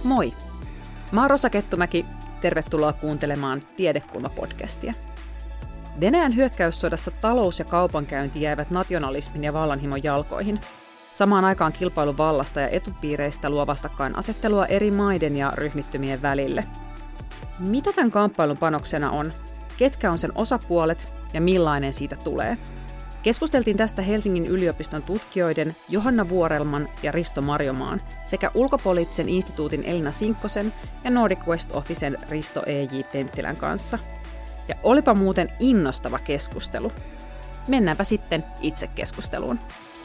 Moi! Mä oon Rosa Kettumäki. Tervetuloa kuuntelemaan Tiedekulma-podcastia. Venäjän hyökkäyssodassa talous ja kaupankäynti jäivät nationalismin ja vallanhimon jalkoihin. Samaan aikaan kilpailu vallasta ja etupiireistä luo vastakkainasettelua eri maiden ja ryhmittymien välille. Mitä tämän kamppailun panoksena on? Ketkä on sen osapuolet ja millainen siitä tulee? Keskusteltiin tästä Helsingin yliopiston tutkijoiden Johanna Vuorelman ja Risto Marjomaan sekä Ulkopoliittisen instituutin Elina Sinkkosen ja Nordic West Officen Risto E.J. Penttilän kanssa. Ja olipa muuten innostava keskustelu. Mennäänpä sitten itse keskusteluun.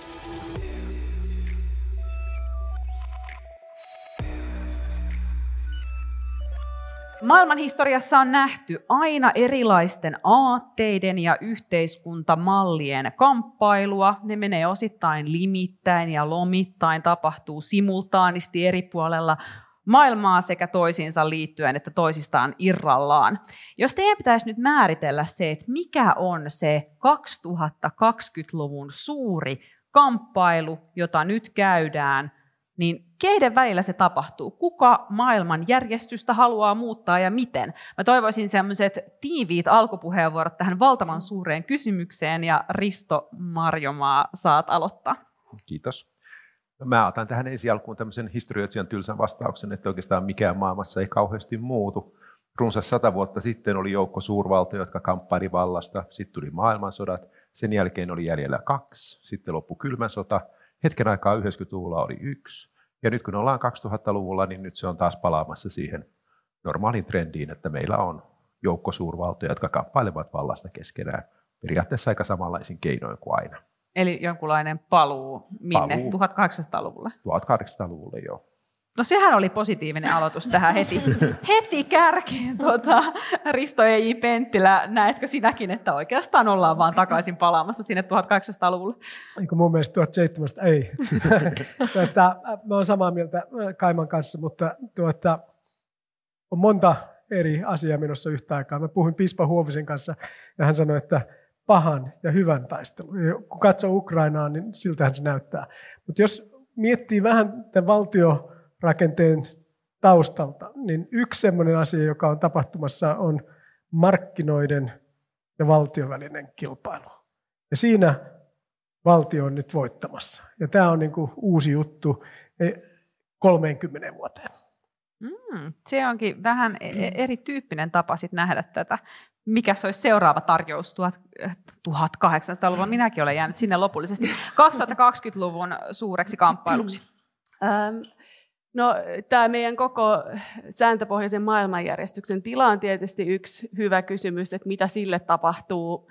Maailmanhistoriassa on nähty aina erilaisten aatteiden ja yhteiskuntamallien kamppailua. Ne menee osittain limittäin ja lomittain, tapahtuu simultaanisti eri puolella maailmaa sekä toisiinsa liittyen että toisistaan irrallaan. Jos teidän pitäisi nyt määritellä se, että mikä on se 2020-luvun suuri kamppailu, jota nyt käydään, niin keiden välillä se tapahtuu? Kuka maailman järjestystä haluaa muuttaa ja miten? Mä toivoisin sellaiset tiiviit alkupuheenvuorot tähän valtavan suureen kysymykseen, ja Risto Marjomaa, saat aloittaa. Kiitos. Mä otan tähän ensi alkuun tämmöisen historioitsijan tylsän vastauksen, että oikeastaan mikään maailmassa ei kauheasti muutu. Runsas 100 vuotta sitten oli joukko suurvaltoja, jotka kamppaili vallasta. Sitten tuli maailmansodat. Sen jälkeen oli jäljellä 2. Sitten loppui kylmä sota. Hetken aikaa 90-luvulla oli 1. Ja nyt kun ollaan 2000-luvulla, niin nyt se on taas palaamassa siihen normaaliin trendiin, että meillä on joukko suurvaltoja, jotka kamppailevat vallasta keskenään. Periaatteessa aika samanlaisin keinoin kuin aina. Eli jonkunlainen paluu minne? 1800-luvulle? 1800-luvulle, joo. No sehän oli positiivinen aloitus tähän heti kärkeen. Risto E.J. Penttilä, näetkö sinäkin, että oikeastaan ollaan vaan takaisin palaamassa sinne 1800-luvulle? Eikö mun mielestä 1700 ei. Mä oon samaa mieltä Kaiman kanssa, mutta on monta eri asiaa menossa yhtä aikaa. Mä puhuin Pispa Huovisen kanssa ja hän sanoi, että pahan ja hyvän taistelu. Ja kun katsoo Ukrainaa, niin siltähän se näyttää. Mutta jos miettii vähän tämän valtiorakenteen taustalta, niin yksi sellainen asia, joka on tapahtumassa, on markkinoiden ja valtion välinen kilpailu. Ja siinä valtio on nyt voittamassa. Ja tämä on niin kuin uusi juttu 30 vuoteen. Se onkin vähän erityyppinen tapa sit nähdä tätä. Mikä se olisi seuraava tarjous 1800-luvulla? Minäkin olen jäänyt sinne lopullisesti. 2020-luvun suureksi kamppailuksi. No, tämä meidän koko sääntöpohjaisen maailmanjärjestyksen tila on tietysti yksi hyvä kysymys, että mitä sille tapahtuu.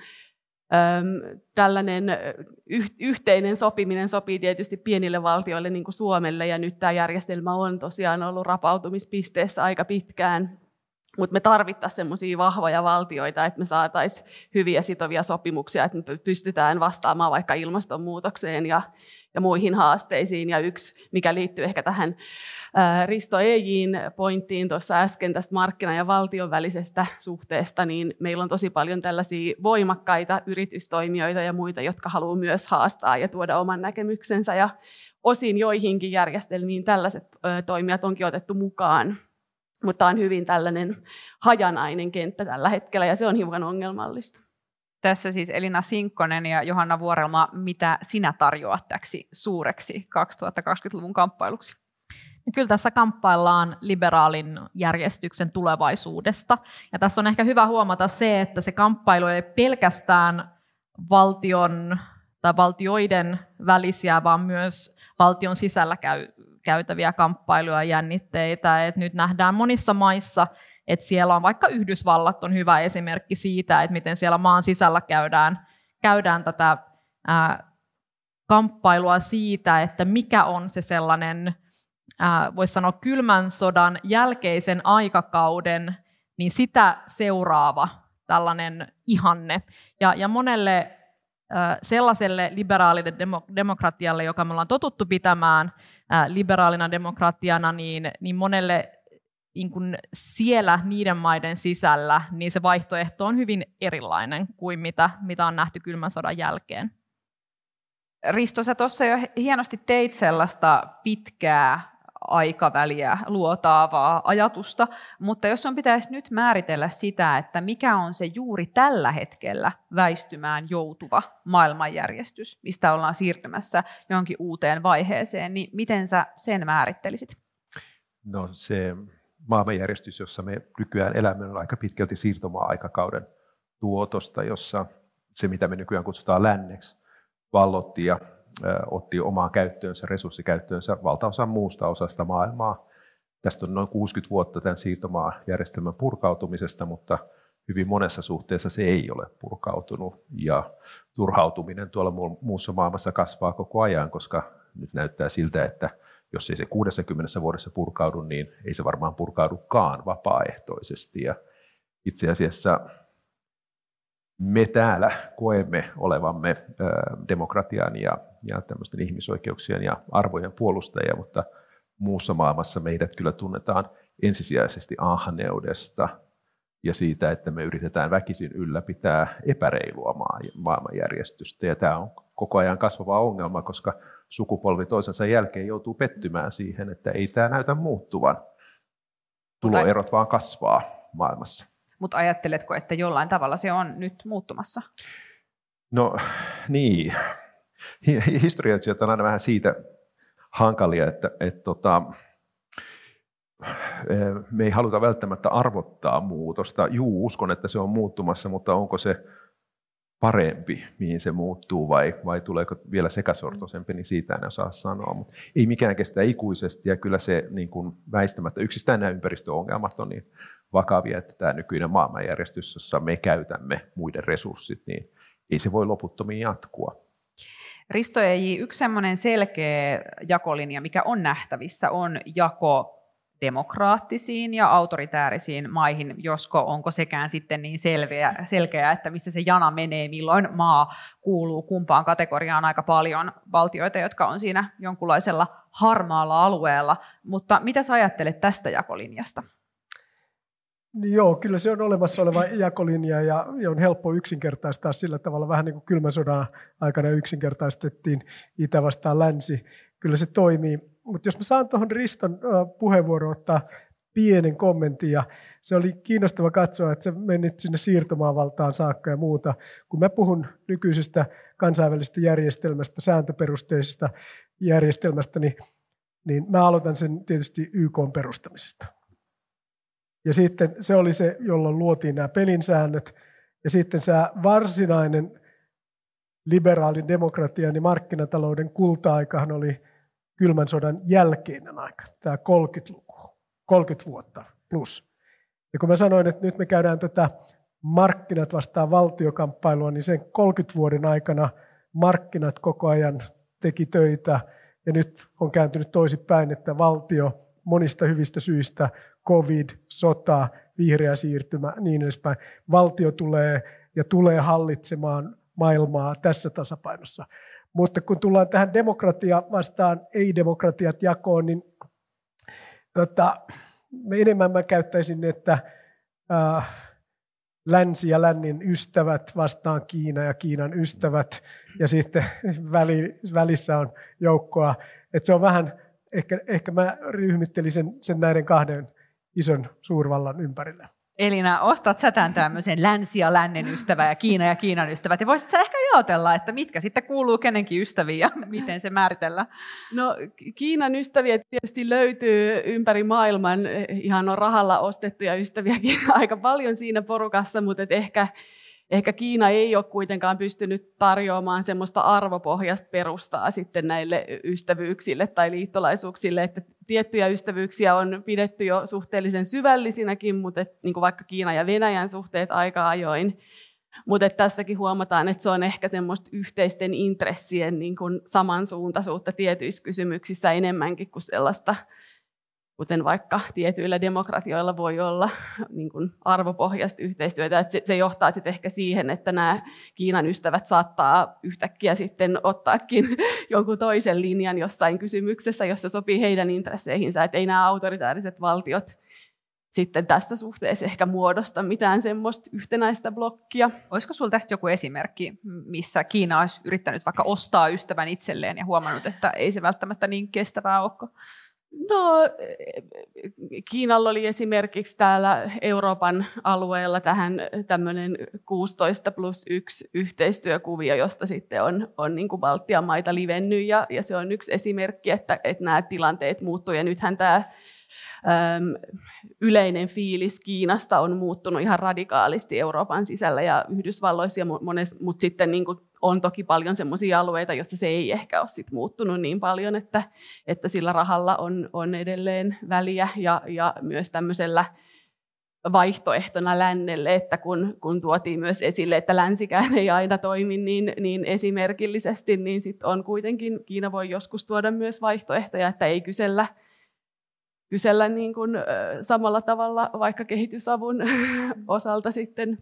Tällainen yhteinen sopiminen sopii tietysti pienille valtioille, niin kuin Suomelle, ja nyt tämä järjestelmä on tosiaan ollut rapautumispisteessä aika pitkään. Mutta me tarvittaisiin semmoisia vahvoja valtioita, että me saataisiin hyviä sitovia sopimuksia, että me pystytään vastaamaan vaikka ilmastonmuutokseen ja muihin haasteisiin. Ja yksi, mikä liittyy ehkä tähän Risto E.J.:n pointtiin tuossa äsken tästä markkinan ja valtion välisestä suhteesta, niin meillä on tosi paljon tällaisia voimakkaita yritystoimijoita ja muita, jotka haluaa myös haastaa ja tuoda oman näkemyksensä. Ja osin joihinkin järjestelmiin tällaiset toimijat onkin otettu mukaan. Mutta on hyvin tällainen hajanainen kenttä tällä hetkellä, ja se on hiukan ongelmallista. Tässä siis Elina Sinkkonen ja Johanna Vuorelma, mitä sinä tarjoat täksi suureksi 2020-luvun kamppailuksi? Kyllä tässä kamppaillaan liberaalin järjestyksen tulevaisuudesta. Ja tässä on ehkä hyvä huomata se, että se kamppailu ei pelkästään valtion tai valtioiden välisiä, vaan myös valtion sisällä käytäviä kamppailuja ja jännitteitä. Et nyt nähdään monissa maissa, että siellä on vaikka Yhdysvallat on hyvä esimerkki siitä, että miten siellä maan sisällä käydään tätä kamppailua siitä, että mikä on se sellainen, voisi sanoa kylmän sodan jälkeisen aikakauden, niin sitä seuraava tällainen ihanne. Ja monelle sellaiselle liberaalille demokratialle, joka me ollaan totuttu pitämään liberaalina demokratiana, niin monelle niin kun siellä niiden maiden sisällä niin se vaihtoehto on hyvin erilainen kuin mitä on nähty kylmän sodan jälkeen. Risto, sä tuossa jo hienosti teit sellaista pitkää aikaväliä luotaavaa ajatusta, mutta jos on pitäisi nyt määritellä sitä, että mikä on se juuri tällä hetkellä väistymään joutuva maailmanjärjestys, mistä ollaan siirtymässä johonkin uuteen vaiheeseen, niin miten sä sen määrittelisit? No se maailmanjärjestys, jossa me nykyään elämme, on aika pitkälti siirtomaa-aikakauden tuotosta, jossa se, mitä me nykyään kutsutaan länneksi, vallotti ja otti omaan käyttöönsä, resurssikäyttöönsä valtaosan muusta osasta maailmaa. Tästä on noin 60 vuotta tämän siirtomaajärjestelmän purkautumisesta, mutta hyvin monessa suhteessa se ei ole purkautunut. Ja turhautuminen tuolla muussa maailmassa kasvaa koko ajan, koska nyt näyttää siltä, että jos ei se 60 vuodessa purkaudu, niin ei se varmaan purkaudukaan vapaaehtoisesti. Ja itse asiassa me täällä koemme olevamme demokratian ja tämmöisten ihmisoikeuksien ja arvojen puolustajia, mutta muussa maailmassa meidät kyllä tunnetaan ensisijaisesti ahneudesta ja siitä, että me yritetään väkisin ylläpitää epäreilua maailmanjärjestystä. Ja tämä on koko ajan kasvava ongelma, koska sukupolvi toisensa jälkeen joutuu pettymään siihen, että ei tämä näytä muuttuvan. Tuloerot vaan kasvaa maailmassa. Mutta ajatteletko, että jollain tavalla se on nyt muuttumassa? No niin. Historioitsijat on aina vähän siitä hankalia, että me ei haluta välttämättä arvottaa muutosta. Juu, uskon, että se on muuttumassa, mutta onko se parempi, mihin se muuttuu, vai tuleeko vielä sekasortoisempi, niin siitä en osaa sanoa. Mutta ei mikään kestä ikuisesti, ja kyllä se niin kuin väistämättä, yksistään nämä ympäristöongelmat on niin vakavia, että tämä nykyinen maailmanjärjestys, jossa me käytämme muiden resurssit, niin ei se voi loputtomiin jatkua. Risto EJ, yksi semmoinen selkeä jakolinja, mikä on nähtävissä, on jako demokraattisiin ja autoritäärisiin maihin, onko sekään sitten niin selkeä, että missä se jana menee, milloin maa kuuluu kumpaan kategoriaan. Aika paljon valtioita, jotka on siinä jonkunlaisella harmaalla alueella, mutta mitä sä ajattelet tästä jakolinjasta? Joo, kyllä se on olemassa oleva jakolinja ja on helppo yksinkertaistaa sillä tavalla, vähän niin kuin kylmän sodan aikana yksinkertaistettiin itä vastaan länsi. Kyllä se toimii. Mutta jos mä saan tuohon Riston puheenvuoroon ottaa pienen kommentin, ja se oli kiinnostava katsoa, että sä menit sinne siirtomaavaltaan saakka ja muuta. Kun mä puhun nykyisestä kansainvälisestä järjestelmästä, sääntöperusteisesta järjestelmästä, niin mä aloitan sen tietysti YK:n perustamisesta. Ja sitten se oli se, jolloin luotiin nämä pelinsäännöt, ja sitten se varsinainen liberaalin demokratian ja markkinatalouden kulta-aikahan oli kylmän sodan jälkeinen aika, tämä 30-luku, 30 vuotta plus. Ja kun mä sanoin, että nyt me käydään tätä markkinat vastaan valtiokamppailua, niin sen 30 vuoden aikana markkinat koko ajan teki töitä, ja nyt on kääntynyt toisinpäin, että valtio monista hyvistä syistä, covid, sota, vihreä siirtymä, niin edespäin, valtio tulee hallitsemaan maailmaa tässä tasapainossa. Mutta kun tullaan tähän demokratia vastaan ei-demokratiat jakoon, niin enemmän mä käyttäisin, että länsi ja lännen ystävät vastaan Kiina ja Kiinan ystävät, ja sitten välissä on joukkoa. Että se on vähän, ehkä mä ryhmittelisin sen näiden kahden ison suurvallan ympärille. Elina, ostat sä tämän tämmöisen länsi ja lännen ystävä ja Kiinan ystävät, ja voisit sä ehkä jaotella, että mitkä sitten kuuluu kenenkin ystäviin ja miten se määritellään? No Kiinan ystäviä tietysti löytyy ympäri maailman, ihan on rahalla ostettuja ystäviäkin aika paljon siinä porukassa, mutta ehkä Kiina ei ole kuitenkaan pystynyt tarjoamaan semmoista arvopohjasta perustaa sitten näille ystävyyksille tai liittolaisuuksille, että tiettyjä ystävyyksiä on pidetty jo suhteellisen syvällisinäkin, mutta niin kuin vaikka Kiinan ja Venäjän suhteet aika ajoin. Mutta tässäkin huomataan, että se on ehkä semmoista yhteisten intressien niin kuin samansuuntaisuutta tietyissä kysymyksissä enemmänkin kuin sellaista, kuten vaikka tietyillä demokratioilla voi olla niin kuin arvopohjaista yhteistyötä. Että se johtaa sitten ehkä siihen, että nämä Kiinan ystävät saattaa yhtäkkiä sitten ottaakin jonkun toisen linjan jossain kysymyksessä, jossa sopii heidän intresseihinsä. Että ei nämä autoritääriset valtiot sitten tässä suhteessa ehkä muodosta mitään semmoista yhtenäistä blokkia. Olisiko sinulla tästä joku esimerkki, missä Kiina olisi yrittänyt vaikka ostaa ystävän itselleen ja huomannut, että ei se välttämättä niin kestävää olekaan? No, Kiinalla oli esimerkiksi täällä Euroopan alueella tämmöinen 16+1 yhteistyökuvio, josta sitten on niin kuin Baltian maita livennyt, ja se on yksi esimerkki, että nämä tilanteet muuttuu, ja nythän tämä yleinen fiilis Kiinasta on muuttunut ihan radikaalisti Euroopan sisällä ja Yhdysvalloissa, mutta sitten niin kuin on toki paljon sellaisia alueita, joissa se ei ehkä ole sit muuttunut niin paljon, että sillä rahalla on edelleen väliä ja myös tämmöisellä vaihtoehtona lännelle, että kun tuotiin myös esille, että länsikään ei aina toimi niin esimerkillisesti, niin sit on kuitenkin, Kiina voi joskus tuoda myös vaihtoehtoja, että ei kysellä niin kuin samalla tavalla vaikka kehitysavun osalta sitten,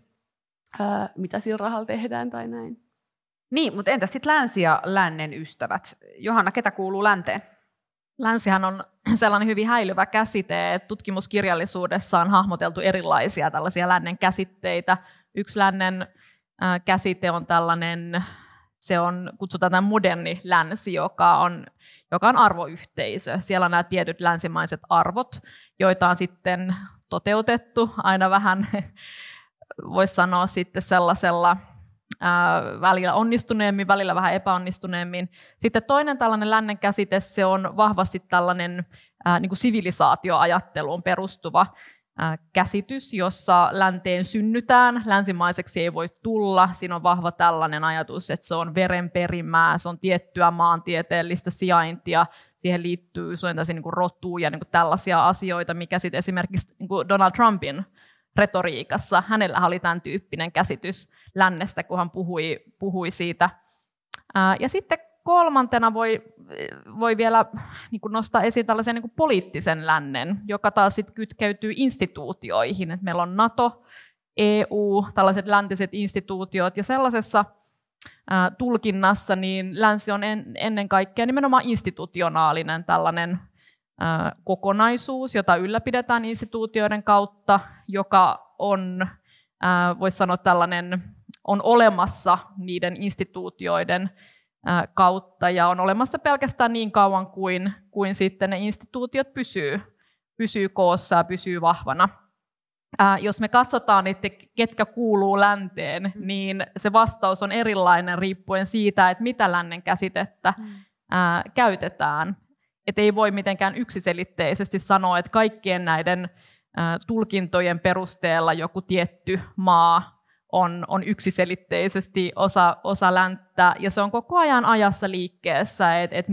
mitä sillä rahalla tehdään tai näin. Niin, mutta entäs sitten länsi ja lännen ystävät? Johanna, ketä kuuluu länteen? Länsihän on sellainen hyvin häilyvä käsite, että tutkimuskirjallisuudessa on hahmoteltu erilaisia tällaisia lännen käsitteitä. Yksi lännen käsite on tällainen, kutsutaan tämän moderni länsi, joka on arvoyhteisö. Siellä on nämä tietyt länsimaiset arvot, joita on sitten toteutettu aina vähän, voisi sanoa sitten sellaisella välillä onnistuneemmin, välillä vähän epäonnistuneemmin. Sitten toinen tällainen lännen käsite, se on vahvasti tällainen niin kuin sivilisaatioajatteluun perustuva käsitys, jossa länteen synnytään, länsimaiseksi ei voi tulla. Siinä on vahva tällainen ajatus, että se on verenperimää, se on tiettyä maantieteellistä sijaintia, siihen liittyy niin kuin rotuun ja niin kuin tällaisia asioita, mikä sitten esimerkiksi niin kuin Donald Trumpin retoriikassa, hänellä oli tämän tyyppinen käsitys lännestä, kun hän puhui siitä. Ja sitten kolmantena voi vielä niin kuin nostaa esiin tällaisen niin kuin poliittisen lännen, joka taas sit kytkeytyy instituutioihin. Et meillä on NATO, EU, tällaiset läntiset instituutiot, ja sellaisessa tulkinnassa niin länsi on ennen kaikkea nimenomaan institutionaalinen tällainen kokonaisuus, jota ylläpidetään instituutioiden kautta, joka on, voisi sanoa tällainen, on olemassa niiden instituutioiden kautta ja on olemassa pelkästään niin kauan kuin sitten ne instituutiot pysyy koossa ja pysyy vahvana. Jos me katsotaan, että ketkä kuuluu länteen, niin se vastaus on erilainen riippuen siitä, että mitä lännen käsitettä käytetään. Et ei voi mitenkään yksiselitteisesti sanoa, että kaikkien näiden tulkintojen perusteella joku tietty maa on yksiselitteisesti osa länttä, ja se on koko ajan ajassa liikkeessä, että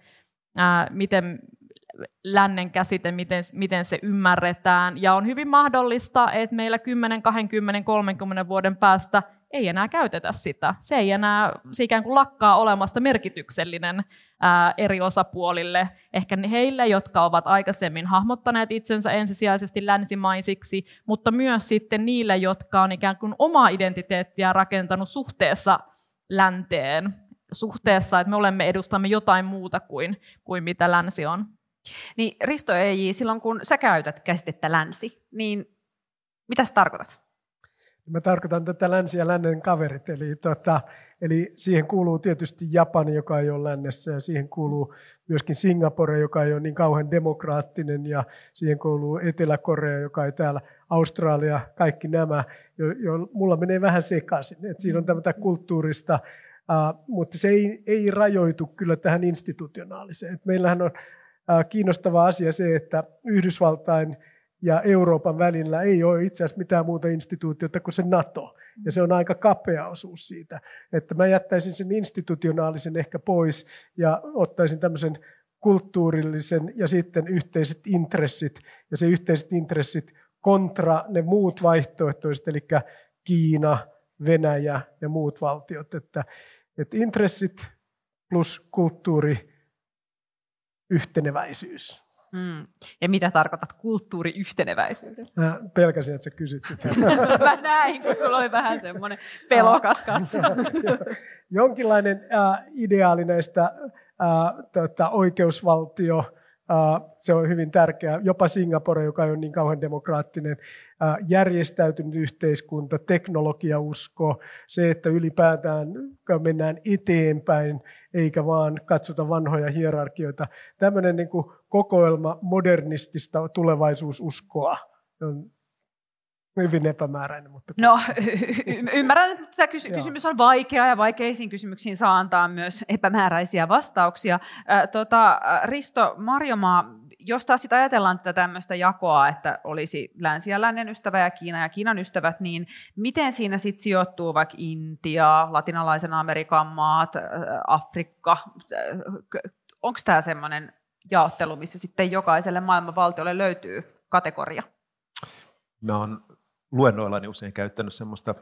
miten lännen käsite, miten se ymmärretään, ja on hyvin mahdollista, että meillä 10, 20, 30 vuoden päästä ei enää käytetä sitä. Se ikään kuin lakkaa olemasta merkityksellinen eri osapuolille, ehkä heille, jotka ovat aikaisemmin hahmottaneet itsensä ensisijaisesti länsimaisiksi, mutta myös sitten niille, jotka on ikään kuin omaa identiteettiä rakentanut suhteessa länteen, suhteessa, että me edustamme jotain muuta kuin mitä länsi on. Niin Risto EJ, silloin kun sä käytät käsitettä länsi, niin mitä sä tarkoitat? Mä tarkoitan tätä länsi ja lännen kaverit, eli siihen kuuluu tietysti Japani, joka ei ole lännessä, ja siihen kuuluu myöskin Singapore, joka ei ole niin kauhean demokraattinen, ja siihen kuuluu Etelä-Korea, joka ei täällä, Australia, kaikki nämä, mulla menee vähän sekaisin. Et siinä on tämmöistä kulttuurista, mutta se ei rajoitu kyllä tähän institutionaaliseen. Et meillähän on kiinnostava asia se, että Yhdysvaltain ja Euroopan välillä ei ole itse asiassa mitään muuta instituutiota kuin se NATO. Ja se on aika kapea osuus siitä. Että mä jättäisin sen institutionaalisen ehkä pois ja ottaisin tämmöisen kulttuurillisen ja sitten yhteiset intressit. Ja se yhteiset intressit kontra ne muut vaihtoehtoiset, eli Kiina, Venäjä ja muut valtiot. Että intressit plus kulttuuri, yhteneväisyys. Ja mitä tarkoitat kulttuuriyhteneväisyyden? Mä pelkäsin, että sä kysyt sitä. Mä näin, kun sulla oli vähän semmoinen pelokas katso. Jonkinlainen ideaali näistä oikeusvaltio, Se on hyvin tärkeää. Jopa Singapore, joka on niin kauhean demokraattinen, järjestäytynyt yhteiskunta, teknologiausko, se, että ylipäätään mennään eteenpäin, eikä vaan katsota vanhoja hierarkioita. Tämmöinen niin kuin kokoelma modernistista tulevaisuususkoa on hyvin epämääräinen. Mutta no, ymmärrän, että tämä kysymys on vaikea ja vaikeisiin kysymyksiin saa antaa myös epämääräisiä vastauksia. Risto Marjomaa, jos taas sitä ajatellaan tätä tämmöistä jakoa, että olisi länsi ja lännen ystävä ja Kiina ja Kiinan ystävät, niin miten siinä sitten sijoittuu vaikka Intia, latinalaisen Amerikan maat, Afrikka? Onko tämä semmoinen jaottelu, missä sitten jokaiselle maailman valtiolle löytyy kategoria? Mä oon luennoillani usein käyttänyt semmoista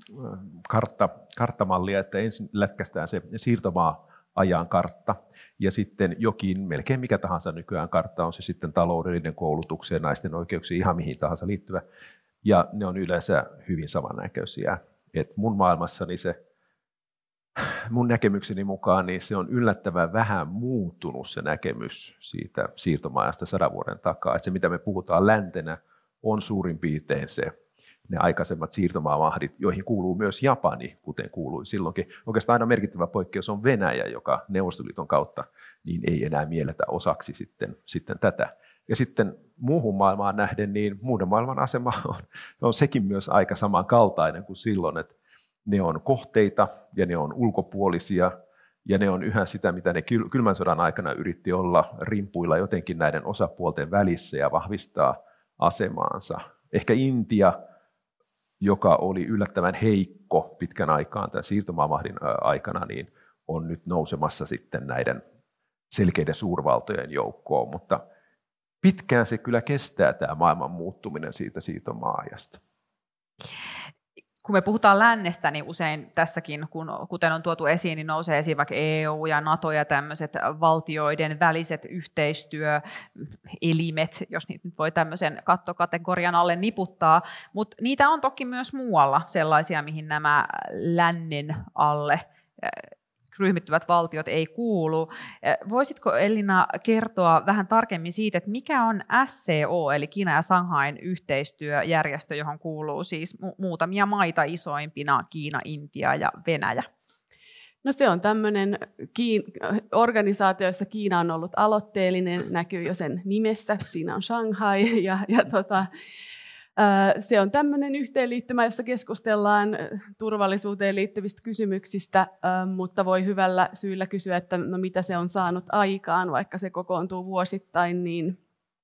karttamallia, että ensin lätkästään se siirtomaa-ajan kartta, ja sitten jokin, melkein mikä tahansa nykyään kartta, on se sitten taloudellinen, koulutukseen, naisten oikeuksiin, ihan mihin tahansa liittyvä, ja ne on yleensä hyvin samannäköisiä. Et mun maailmassani mun näkemykseni mukaan niin se on yllättävän vähän muuttunut se näkemys siitä siirtomaajasta 100 vuoden takaa. Et se, mitä me puhutaan läntenä, on suurin piirtein ne aikaisemmat siirtomaamahdit, joihin kuuluu myös Japani, kuten kuului silloinkin. Oikeastaan aina merkittävä poikkeus on Venäjä, joka Neuvostoliiton kautta niin ei enää mielletä osaksi sitten tätä. Ja sitten muuhun maailmaan nähden, niin muun maailman asema on sekin myös aika samankaltainen kuin silloin, että ne on kohteita ja ne on ulkopuolisia ja ne on yhä sitä, mitä ne kylmän sodan aikana yritti olla rimpuilla jotenkin näiden osapuolten välissä ja vahvistaa asemaansa. Ehkä Intia, joka oli yllättävän heikko pitkän aikaan tämän siirtomaamahdin aikana, niin on nyt nousemassa sitten näiden selkeiden suurvaltojen joukkoon, mutta pitkään se kyllä kestää tämä maailman muuttuminen siitä siirtomaa-ajasta. Kun me puhutaan lännestä, niin usein tässäkin, kuten on tuotu esiin, niin nousee esiin vaikka EU ja NATO ja tämmöiset valtioiden väliset yhteistyöelimet, jos niitä nyt voi tämmöisen kattokategorian alle niputtaa, mutta niitä on toki myös muualla sellaisia, mihin nämä lännen alle ryhmittyvät valtiot ei kuulu. Voisitko Elina kertoa vähän tarkemmin siitä, että mikä on SCO, eli Kiina ja Shanghain yhteistyöjärjestö, johon kuuluu siis muutamia maita isoimpina Kiina, Intia ja Venäjä? No se on tämmöinen organisaatio, jossa Kiina on ollut aloitteellinen, näkyy jo sen nimessä, siinä on Shanghai se on tämmöinen yhteenliittymä, jossa keskustellaan turvallisuuteen liittyvistä kysymyksistä, mutta voi hyvällä syyllä kysyä, että no mitä se on saanut aikaan, vaikka se kokoontuu vuosittain, niin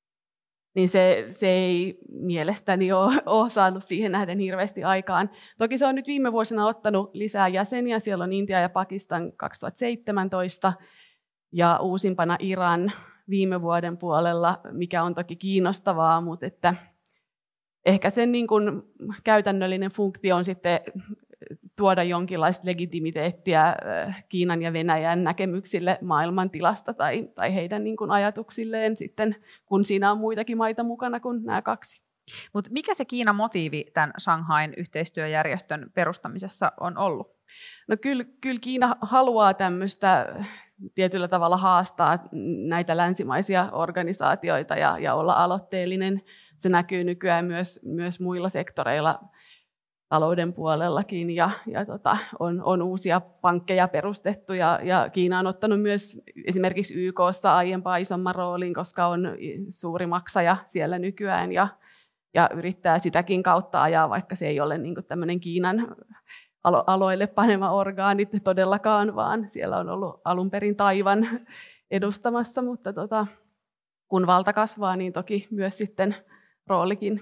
se ei mielestäni ole saanut siihen nähden hirveästi aikaan. Toki se on nyt viime vuosina ottanut lisää jäseniä, siellä on Intia ja Pakistan 2017 ja uusimpana Iran viime vuoden puolella, mikä on toki kiinnostavaa, mutta että ehkä sen niin kuin käytännöllinen funktio on sitten tuoda jonkinlaista legitimiteettiä Kiinan ja Venäjän näkemyksille maailmantilasta tai heidän niin kuin ajatuksilleen sitten, kun siinä on muitakin maita mukana kuin nämä kaksi. Mutta mikä se Kiinan motiivi tämän Shanghain yhteistyöjärjestön perustamisessa on ollut? No kyllä Kiina haluaa tämmöistä tietyllä tavalla haastaa näitä länsimaisia organisaatioita ja olla aloitteellinen. Se näkyy nykyään myös muilla sektoreilla talouden puolellakin ja on uusia pankkeja perustettu ja Kiina on ottanut myös esimerkiksi YK:ssa aiempaa isomman roolin, koska on suuri maksaja siellä nykyään ja yrittää sitäkin kautta ajaa, vaikka se ei ole niin kuin tämmöinen Kiinan aloille panema orgaanit todellakaan, vaan siellä on ollut alun perin Taiwan edustamassa, mutta kun valta kasvaa, niin toki myös sitten roolikin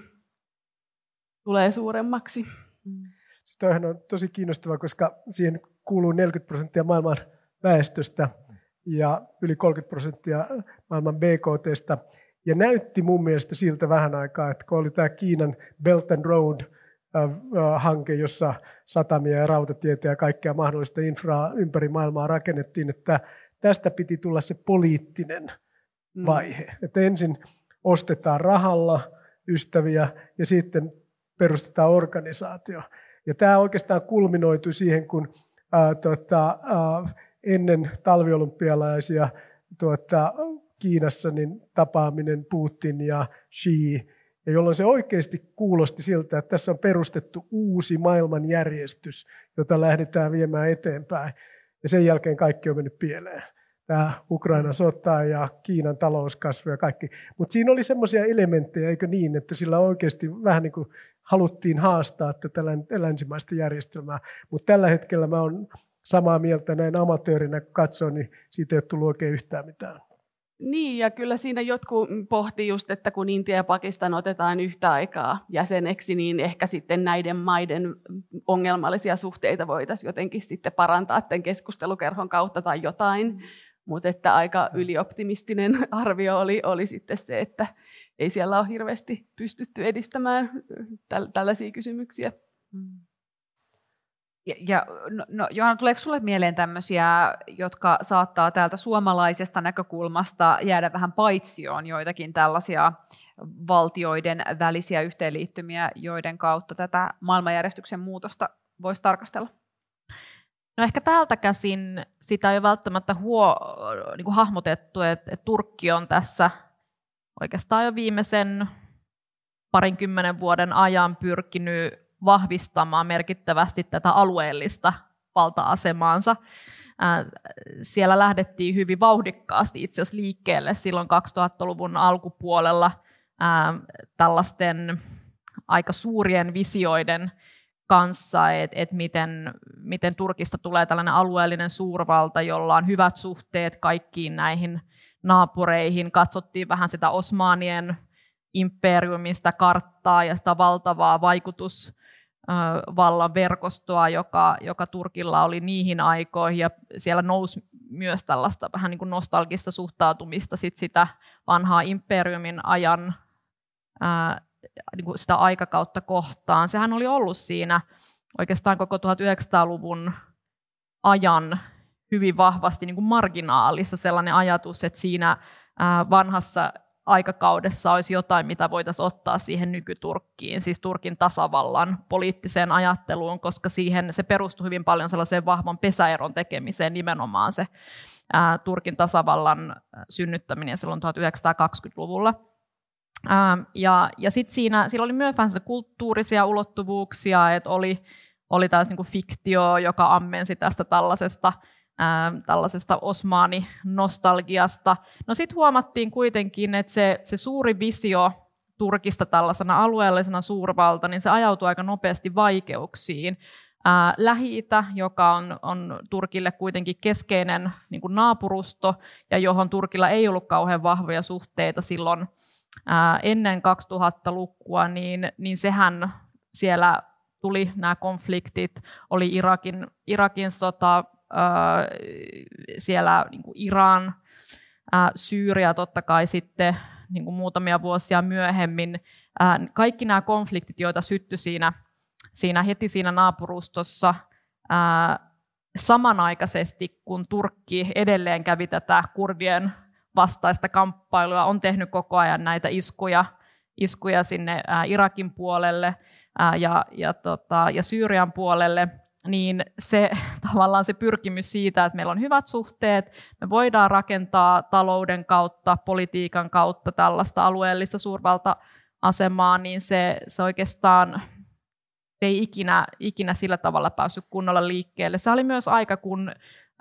tulee suuremmaksi. Toihan on tosi kiinnostavaa, koska siihen kuuluu 40% maailman väestöstä ja yli 30% maailman BKT:stä. Ja näytti mun mielestä siltä vähän aikaa, että kun oli tämä Kiinan Belt and Road-hanke, jossa satamia ja rautatietä ja kaikkea mahdollista infraa ympäri maailmaa rakennettiin, että tästä piti tulla se poliittinen vaihe. Että ensin ostetaan rahalla ystäviä ja sitten perustetaan organisaatio. Ja tämä oikeastaan kulminoitui siihen, kun ennen talviolympialaisia Kiinassa niin tapaaminen Putin ja Xi, ja jolloin se oikeasti kuulosti siltä, että tässä on perustettu uusi maailmanjärjestys, jota lähdetään viemään eteenpäin. Ja sen jälkeen kaikki on mennyt pieleen. Tämä Ukrainan sota ja Kiinan talouskasvu ja kaikki. Mutta siinä oli semmoisia elementtejä, eikö niin, että sillä oikeasti vähän niin kuin haluttiin haastaa tätä länsimaista järjestelmää. Mutta tällä hetkellä mä oon samaa mieltä näin amatöörinä katsoa, niin siitä ei ole tullut oikein yhtään mitään. Niin, ja kyllä siinä jotkut pohti just, että kun Intia ja Pakistan otetaan yhtä aikaa jäseneksi, niin ehkä sitten näiden maiden ongelmallisia suhteita voitaisiin jotenkin sitten parantaa tämän keskustelukerhon kautta tai jotain. Mutta että aika ylioptimistinen arvio oli sitten se, että ei siellä ole hirveästi pystytty edistämään tällaisia kysymyksiä. Johanna, tuleeko sinulle mieleen tämmöisiä, jotka saattaa täältä suomalaisesta näkökulmasta jäädä vähän paitsioon, joitakin tällaisia valtioiden välisiä yhteenliittymiä, joiden kautta tätä maailmanjärjestyksen muutosta voisi tarkastella? No ehkä täältä käsin sitä ei ole välttämättä niin kuin hahmotettu, että Turkki on tässä oikeastaan jo viimeisen 20 vuoden ajan pyrkinyt vahvistamaan merkittävästi tätä alueellista valta-asemaansa. Siellä lähdettiin hyvin vauhdikkaasti itse asiassa liikkeelle silloin 2000-luvun alkupuolella tällaisten aika suurien visioiden kanssa, että miten Turkista tulee tällainen alueellinen suurvalta, jolla on hyvät suhteet kaikkiin näihin naapureihin. Katsottiin vähän sitä Osmanien imperiumista karttaa ja sitä valtavaa vaikutusvallan verkostoa, joka Turkilla oli niihin aikoihin, ja siellä nousi myös tällaista vähän niin kuin nostalgista suhtautumista sitä vanhaa imperiumin ajan niin kuin sitä aikakautta kohtaan. Sehän oli ollut siinä oikeastaan koko 1900-luvun ajan hyvin vahvasti niin kuin marginaalissa sellainen ajatus, että siinä vanhassa aikakaudessa olisi jotain, mitä voitaisiin ottaa siihen nykyturkkiin, siis Turkin tasavallan poliittiseen ajatteluun, koska se perustui hyvin paljon sellaiseen vahvan pesäeron tekemiseen, nimenomaan se Turkin tasavallan synnyttäminen silloin 1920-luvulla. Ja sitten sillä oli myös vähän kulttuurisia ulottuvuuksia, että oli tällaista niin kuin fiktio, joka ammensi tästä tällaisesta osmaani-nostalgiasta. No sitten huomattiin kuitenkin, että se suuri visio Turkista tällaisena alueellisena suurvalta, niin se ajautui aika nopeasti vaikeuksiin. Lähi-itä, joka on Turkille kuitenkin keskeinen niin kuin naapurusto, ja johon Turkilla ei ollut kauhean vahvoja suhteita silloin ennen 2000-lukua, niin sehän siellä tuli nämä konfliktit, oli Irakin sota, siellä niin kuin Iran, Syyria totta kai sitten niin kuin muutamia vuosia myöhemmin. Kaikki nämä konfliktit, joita syttyi heti siinä naapurustossa, samanaikaisesti kun Turkki edelleen kävi tätä kurdien vastaista kamppailua, on tehnyt koko ajan näitä iskuja sinne Irakin puolelle ja Syyrian puolelle, niin tavallaan se pyrkimys siitä, että meillä on hyvät suhteet, me voidaan rakentaa talouden kautta, politiikan kautta tällaista alueellista suurvalta-asemaa, niin se oikeastaan ei ikinä sillä tavalla päässyt kunnolla liikkeelle. Se oli myös aika, kun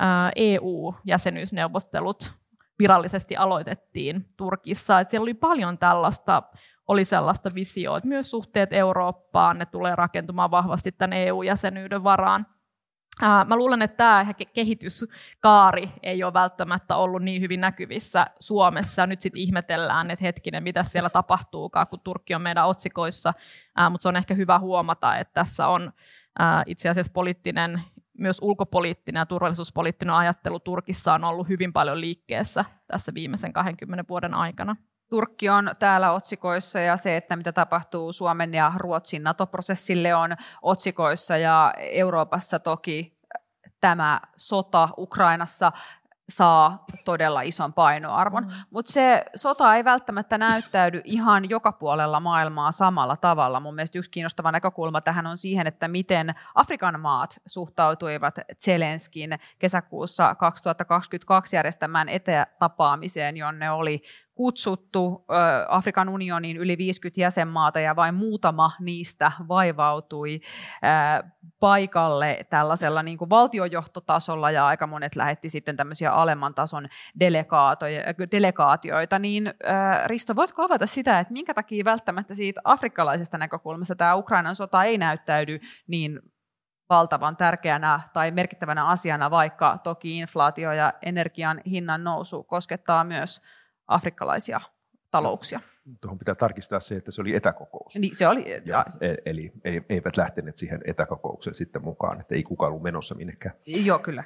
EU-jäsenyysneuvottelut virallisesti aloitettiin Turkissa. Että siellä oli paljon sellaista visioa, että myös suhteet Eurooppaan, ne tulee rakentumaan vahvasti tämän EU-jäsenyyden varaan. Mä luulen, että tämä kehityskaari ei ole välttämättä ollut niin hyvin näkyvissä Suomessa. Nyt sitten ihmetellään, että hetkinen, mitä siellä tapahtuukaan, kun Turkki on meidän otsikoissa. Mutta se on ehkä hyvä huomata, että tässä on itse asiassa myös ulkopoliittinen ja turvallisuuspoliittinen ajattelu Turkissa on ollut hyvin paljon liikkeessä tässä viimeisen 20 vuoden aikana. Turkki on täällä otsikoissa, ja se, että mitä tapahtuu Suomen ja Ruotsin NATO-prosessille, on otsikoissa, ja Euroopassa toki tämä sota Ukrainassa saa todella ison painoarvon. Mutta se sota ei välttämättä näyttäydy ihan joka puolella maailmaa samalla tavalla. Mun mielestä yksi kiinnostava näkökulma tähän on siihen, että miten Afrikan maat suhtautuivat Zelenskin kesäkuussa 2022 järjestämään etätapaamiseen, jonne oli kutsuttu Afrikan unioniin yli 50 jäsenmaata ja vain muutama niistä vaivautui paikalle tällaisella niin kuin valtiojohtotasolla ja aika monet lähetti sitten tämmöisiä alemman tason delegaatioita. Niin Risto, voitko avata sitä, että minkä takia välttämättä siitä afrikkalaisesta näkökulmasta tämä Ukrainan sota ei näyttäydy niin valtavan tärkeänä tai merkittävänä asiana, vaikka toki inflaatio ja energian hinnan nousu koskettaa myös afrikkalaisia talouksia. Tuohon pitää tarkistaa se, että se oli etäkokous. Niin, se oli, eli eivät lähteneet siihen etäkokoukseen sitten mukaan, että ei kukaan ollut menossa minnekään. Joo, kyllä.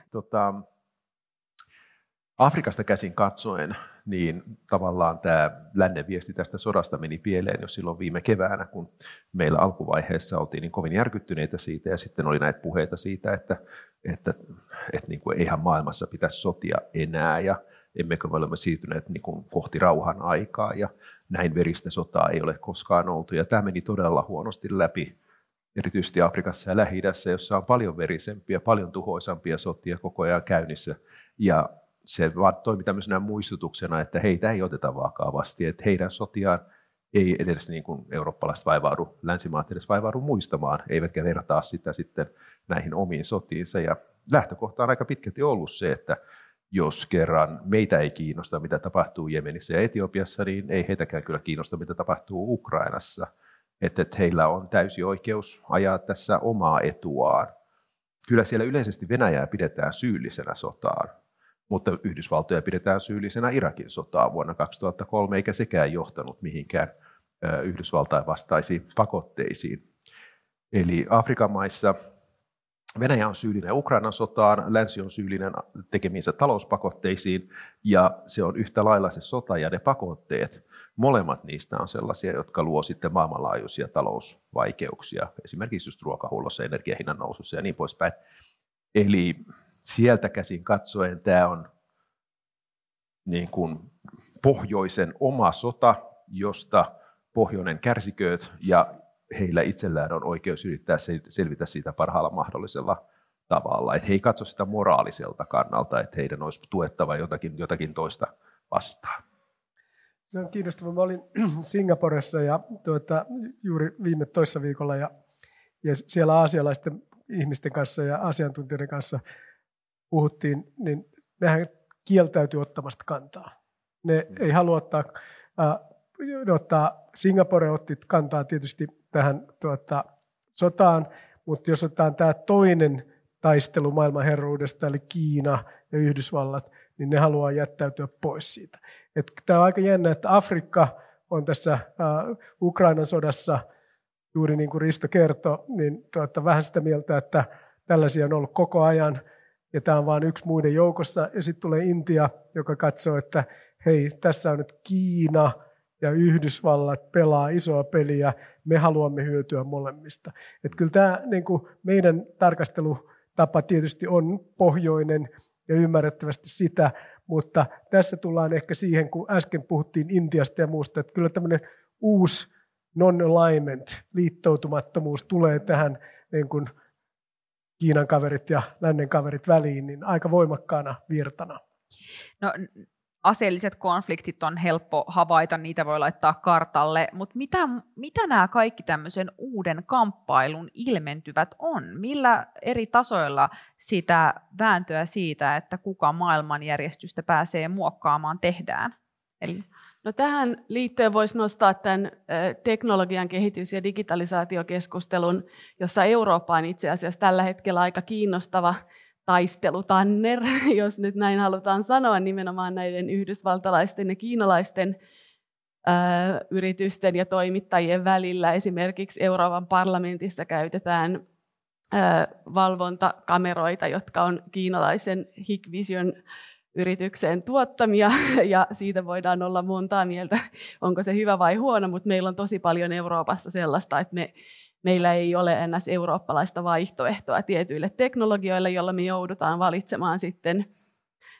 Afrikasta käsin katsoen, niin tavallaan tämä lännen viesti tästä sodasta meni pieleen jo silloin viime keväänä, kun meillä alkuvaiheessa oltiin niin kovin järkyttyneitä siitä, ja sitten oli näitä puheita siitä, että niin kuin eihän maailmassa pitäisi sotia enää, ja emmekö me olemme siirtyneet niin kuin kohti rauhan aikaa, ja näin veristä sotaa ei ole koskaan oltu, ja tämä meni todella huonosti läpi, erityisesti Afrikassa ja Lähi-idässä, jossa on paljon verisempiä, paljon tuhoisampia sotia koko ajan käynnissä, ja se vaan toimi tämmöisenä muistutuksena, että heitä ei oteta vakavasti, että heidän sotiaan ei edes niin kuin eurooppalaiset vaivaudu, länsimaat edes vaivaudu muistamaan, eivätkä vertaa sitä sitten näihin omiin sotiinsa, ja lähtökohta on aika pitkälti ollut se, että jos kerran meitä ei kiinnosta, mitä tapahtuu Jemenissä ja Etiopiassa, niin ei heitäkään kyllä kiinnosta, mitä tapahtuu Ukrainassa. Että heillä on täysi oikeus ajaa tässä omaa etuaan. Kyllä siellä yleisesti Venäjää pidetään syyllisenä sotaan, mutta Yhdysvaltoja pidetään syyllisenä Irakin sotaan vuonna 2003, eikä sekään johtanut mihinkään Yhdysvaltain vastaisiin pakotteisiin. Eli Afrikan maissa Venäjä on syyllinen Ukrainan sotaan, länsi on syyllinen tekemiinsä talouspakotteisiin, ja se on yhtä lailla se sota ja ne pakotteet. Molemmat niistä on sellaisia, jotka luo sitten maailmanlaajuisia talousvaikeuksia, esimerkiksi just ruokahullossa, energiahinnan nousussa ja niin poispäin. Eli sieltä käsin katsoen tämä on niin kuin pohjoisen oma sota, josta pohjoinen kärsikööt, ja heillä itsellään on oikeus yrittää selvitä siitä parhaalla mahdollisella tavalla. Että he ei katso sitä moraaliselta kannalta, että heidän olisi tuettava jotakin toista vastaan. Se on kiinnostavaa. Mä olin Singaporessa ja juuri viime toissa viikolla ja siellä aasialaisten ihmisten kanssa ja asiantuntijoiden kanssa puhuttiin, niin nehän kieltäytyy ottamasta kantaa. Ne ei halua ottaa, Singapore otti kantaa tietysti tähän sotaan, mutta jos otetaan tämä toinen taistelu maailman herruudesta, eli Kiina ja Yhdysvallat, niin ne haluaa jättäytyä pois siitä. Tämä on aika jännä, että Afrikka on tässä Ukrainan sodassa, juuri niin kuin Risto kertoi, niin vähän sitä mieltä, että tällaisia on ollut koko ajan, ja tämä on vain yksi muiden joukossa. Ja sitten tulee Intia, joka katsoo, että hei, tässä on nyt Kiina ja Yhdysvallat pelaa isoa peliä, me haluamme hyötyä molemmista. Että kyllä tämä niin kuin meidän tarkastelutapa tietysti on pohjoinen ja ymmärrettävästi sitä, mutta tässä tullaan ehkä siihen, kun äsken puhuttiin Intiasta ja muusta, että kyllä tämmöinen uusi non-alignment, liittoutumattomuus tulee tähän niin kuin Kiinan kaverit ja lännen kaverit väliin, niin aika voimakkaana virtana. No, aseelliset konfliktit on helppo havaita, niitä voi laittaa kartalle, mutta mitä nämä kaikki tämmöisen uuden kamppailun ilmentyvät on? Millä eri tasoilla sitä vääntöä siitä, että kuka maailmanjärjestystä pääsee muokkaamaan, tehdään? Eli no tähän liittyen voisi nostaa tämän teknologian kehitys- ja digitalisaatiokeskustelun, jossa Eurooppa on itse asiassa tällä hetkellä aika kiinnostava taistelutanner, jos nyt näin halutaan sanoa, nimenomaan näiden yhdysvaltalaisten ja kiinalaisten yritysten ja toimittajien välillä. Esimerkiksi Euroopan parlamentissa käytetään valvontakameroita, jotka on kiinalaisen Hikvision yritykseen tuottamia, ja siitä voidaan olla montaa mieltä, onko se hyvä vai huono, mutta meillä on tosi paljon Euroopassa sellaista, että meillä ei ole enää eurooppalaista vaihtoehtoa tietyille teknologioille, joilla me joudutaan valitsemaan sitten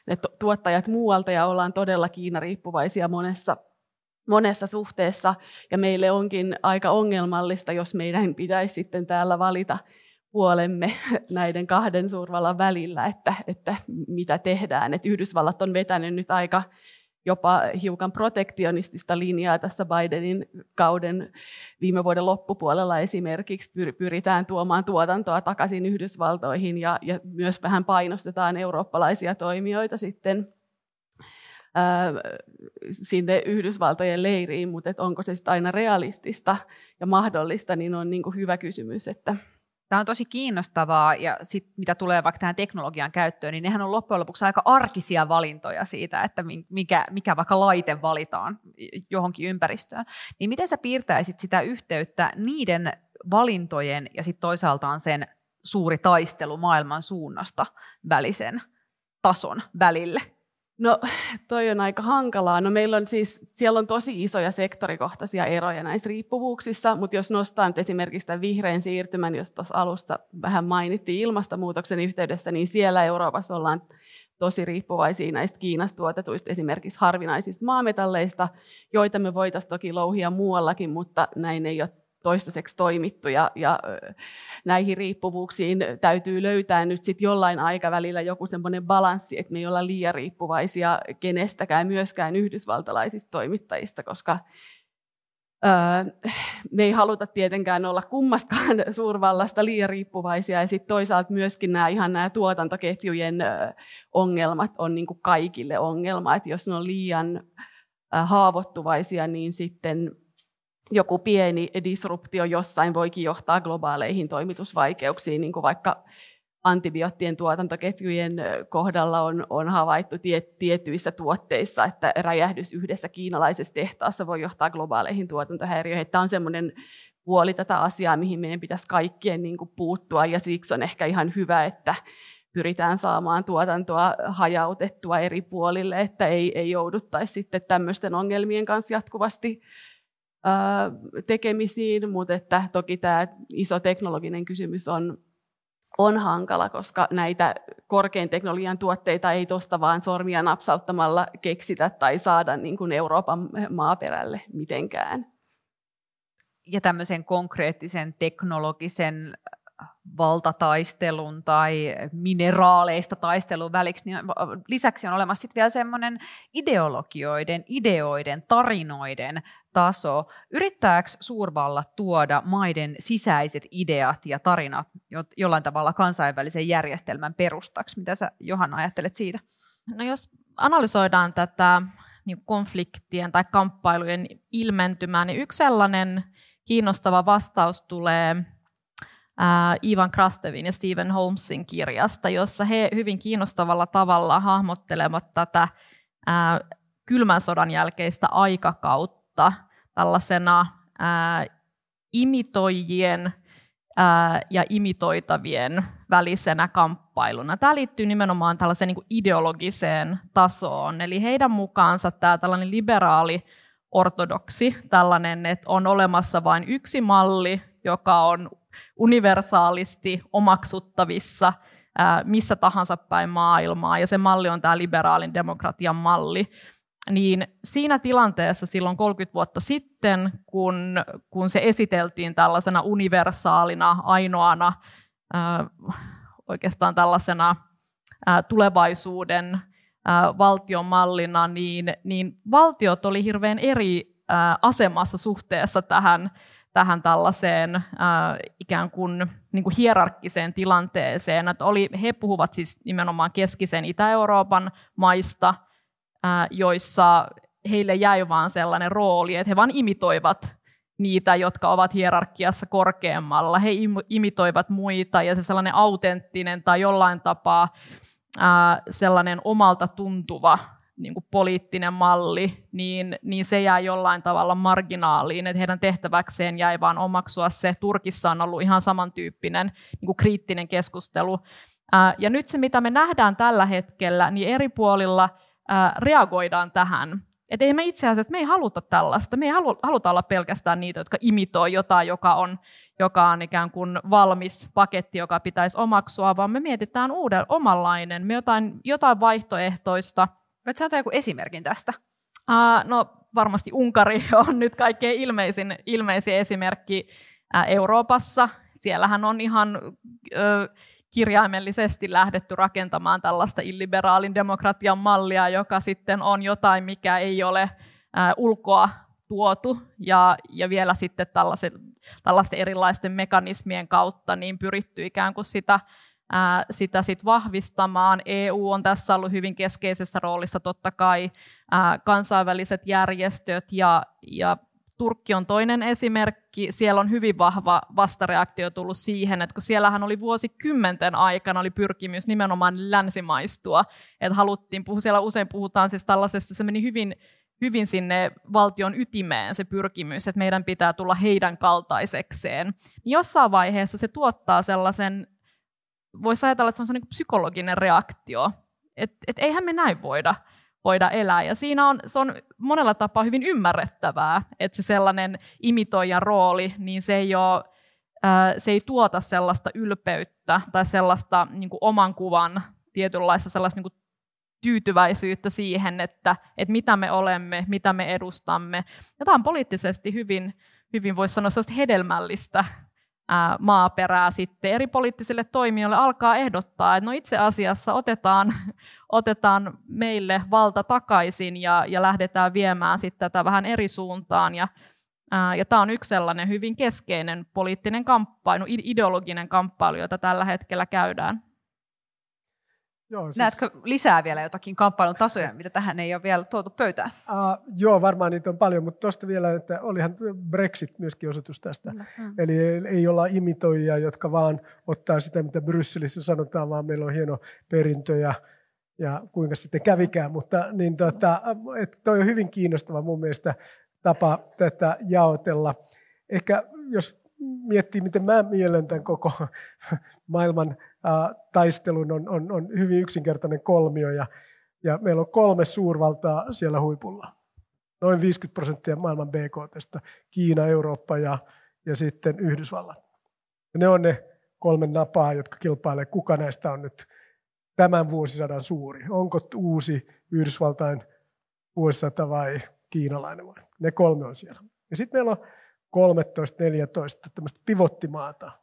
ne tuottajat muualta ja ollaan todella Kiina-riippuvaisia monessa suhteessa. Ja meille onkin aika ongelmallista, jos meidän pitäisi sitten täällä valita puolemme näiden kahden suurvallan välillä, että mitä tehdään. Et Yhdysvallat on vetänyt nyt aika jopa hiukan protektionistista linjaa tässä Bidenin kauden viime vuoden loppupuolella esimerkiksi pyritään tuomaan tuotantoa takaisin Yhdysvaltoihin ja myös vähän painostetaan eurooppalaisia toimijoita sitten sinne Yhdysvaltojen leiriin, mutta onko se sitten aina realistista ja mahdollista, niin on niin kuin hyvä kysymys. Tämä on tosi kiinnostavaa, ja sit, mitä tulee vaikka tähän teknologian käyttöön, niin nehän on loppujen lopuksi aika arkisia valintoja siitä, että mikä vaikka laite valitaan johonkin ympäristöön. Niin miten sä piirtäisit sitä yhteyttä niiden valintojen ja sitten toisaaltaan sen suuri taistelu maailman suunnasta välisen tason välille? No toi on aika hankalaa. No meillä on siellä on tosi isoja sektorikohtaisia eroja näissä riippuvuuksissa, mutta jos nostaa nyt esimerkiksi tämän vihreän siirtymän, josta tuossa alusta vähän mainittiin ilmastonmuutoksen yhteydessä, niin siellä Euroopassa ollaan tosi riippuvaisia näistä Kiinasta tuotetuista esimerkiksi harvinaisista maametalleista, joita me voitaisiin toki louhia muuallakin, mutta näin ei ole toistaiseksi toimittu ja näihin riippuvuuksiin täytyy löytää nyt sitten jollain aikavälillä joku semmoinen balanssi, että me ei olla liian riippuvaisia kenestäkään, myöskään yhdysvaltalaisista toimittajista, koska me ei haluta tietenkään olla kummastakaan suurvallasta liian riippuvaisia ja sitten toisaalta myöskin nämä tuotantoketjujen ongelmat on niin kuin kaikille ongelma, että jos ne on liian haavoittuvaisia, niin sitten joku pieni disruptio jossain voikin johtaa globaaleihin toimitusvaikeuksiin, niin kuin vaikka antibioottien tuotantoketjujen kohdalla on havaittu tiettyissä tuotteissa, että räjähdys yhdessä kiinalaisessa tehtaassa voi johtaa globaaleihin tuotantohäiriöihin. Tämä on semmoinen puoli tätä asiaa, mihin meidän pitäisi kaikkien niin kuin puuttua, ja siksi on ehkä ihan hyvä, että pyritään saamaan tuotantoa hajautettua eri puolille, että ei jouduttaisi sitten tämmöisten ongelmien kanssa jatkuvasti tekemisiin, mutta että toki tämä iso teknologinen kysymys on hankala, koska näitä korkean teknologian tuotteita ei tuosta vaan sormia napsauttamalla keksitä tai saada niin kuin Euroopan maaperälle mitenkään. Ja tämmöisen konkreettisen teknologisen valtataistelun tai mineraaleista taistelun väliksi, niin lisäksi on olemassa sitten vielä semmoinen ideologioiden, ideoiden, tarinoiden taso. Yrittääkö suurvallat tuoda maiden sisäiset ideat ja tarinat jollain tavalla kansainvälisen järjestelmän perustaksi? Mitä sä, Johanna, ajattelet siitä? No jos analysoidaan tätä niin konfliktien tai kamppailujen ilmentymää, niin yksi sellainen kiinnostava vastaus tulee Ivan Krastevin ja Stephen Holmesin kirjasta, jossa he hyvin kiinnostavalla tavalla hahmottelevat tätä kylmän sodan jälkeistä aikakautta tällaisena imitoijien ja imitoitavien välisenä kamppailuna. Tämä liittyy nimenomaan tällaiseen niin kuin ideologiseen tasoon, eli heidän mukaansa tämä tällainen liberaali ortodoksi, tällainen, että on olemassa vain yksi malli, joka on universaalisti omaksuttavissa missä tahansa päin maailmaa, ja se malli on tämä liberaalin demokratian malli. Niin siinä tilanteessa silloin 30 vuotta sitten, kun se esiteltiin tällaisena universaalina, ainoana oikeastaan tällaisena tulevaisuuden valtiomallina, niin valtiot oli hirveän eri asemassa suhteessa tähän tällaiseen ikään kuin, niin kuin hierarkkiseen tilanteeseen. Että he puhuvat siis nimenomaan keskisen Itä-Euroopan maista, joissa heille jäi vaan sellainen rooli, että he vaan imitoivat niitä, jotka ovat hierarkiassa korkeammalla. He imitoivat muita, ja se sellainen autenttinen tai jollain tapaa sellainen omalta tuntuva niin kuin poliittinen malli, niin se jää jollain tavalla marginaaliin, että heidän tehtäväkseen jäi vaan omaksua se. Turkissa on ollut ihan samantyyppinen niin kuin kriittinen keskustelu. Ja nyt se, mitä me nähdään tällä hetkellä, niin eri puolilla reagoidaan tähän. Että ei me itse asiassa, me ei haluta tällaista. Me ei haluta olla pelkästään niitä, jotka imitoi jotain, joka on ikään kuin valmis paketti, joka pitäisi omaksua, vaan me mietitään omanlainen, me jotain vaihtoehtoista. Voit sä antaa joku esimerkin tästä? No varmasti Unkari on nyt kaikkein ilmeisin esimerkki Euroopassa. Siellähän on ihan kirjaimellisesti lähdetty rakentamaan tällaista illiberaalin demokratian mallia, joka sitten on jotain, mikä ei ole ulkoa tuotu, ja vielä sitten tällaisten erilaisten mekanismien kautta niin pyritty ikään kuin sitä sit vahvistamaan. EU on tässä ollut hyvin keskeisessä roolissa, totta kai kansainväliset järjestöt, ja Turkki on toinen esimerkki. Siellä on hyvin vahva vastareaktio tullut siihen, että kun siellähän oli vuosikymmenten aikana oli pyrkimys nimenomaan länsimaistua, että haluttiin puhua, siellä usein puhutaan siis tällaisessa, se meni hyvin sinne valtion ytimeen se pyrkimys, että meidän pitää tulla heidän kaltaisekseen. Jossain vaiheessa se tuottaa sellaisen, voisi ajatella, että se on sellainen psykologinen reaktio, että eihän me näin voida elää. Ja se on monella tapaa hyvin ymmärrettävää, että se sellainen imitoijan rooli, niin se ei tuota sellaista ylpeyttä tai sellaista niin kuin oman kuvan tietynlaista sellaista niin kuin tyytyväisyyttä siihen, että mitä me olemme, mitä me edustamme. Ja tämä on poliittisesti hyvin voisi sanoa sellaista hedelmällistä maaperää sitten eri poliittisille toimijoille alkaa ehdottaa, että no itse asiassa otetaan meille valta takaisin ja lähdetään viemään sitten tätä vähän eri suuntaan. Ja tämä on yksi sellainen hyvin keskeinen poliittinen kamppailu, ideologinen kamppailu, jota tällä hetkellä käydään. Joo, siis näetkö lisää vielä jotakin kamppailun tasoja, mitä tähän ei ole vielä tuotu pöytään? Joo, varmaan niitä on paljon, mutta tuosta vielä, että olihan Brexit myöskin osoitus tästä. Eli ei olla imitoijia, jotka vaan ottaa sitä, mitä Brysselissä sanotaan, vaan meillä on hieno perintö ja kuinka sitten kävikään. Mutta niin toi on hyvin kiinnostava mun mielestä tapa tätä jaotella. Ehkä jos miettii, miten mä mielen tämän koko maailman taistelun, on hyvin yksinkertainen kolmio, ja meillä on 3 suurvaltaa siellä huipulla. Noin 50% maailman BKT:stä, Kiina, Eurooppa ja sitten Yhdysvallat. Ja ne on ne 3 napaa, jotka kilpailee, kuka näistä on nyt tämän vuosisadan suuri. Onko uusi Yhdysvaltain vuosisata vai kiinalainen vai? Ne 3 on siellä. Ja sitten meillä on 13-14 tämmöistä pivottimaata.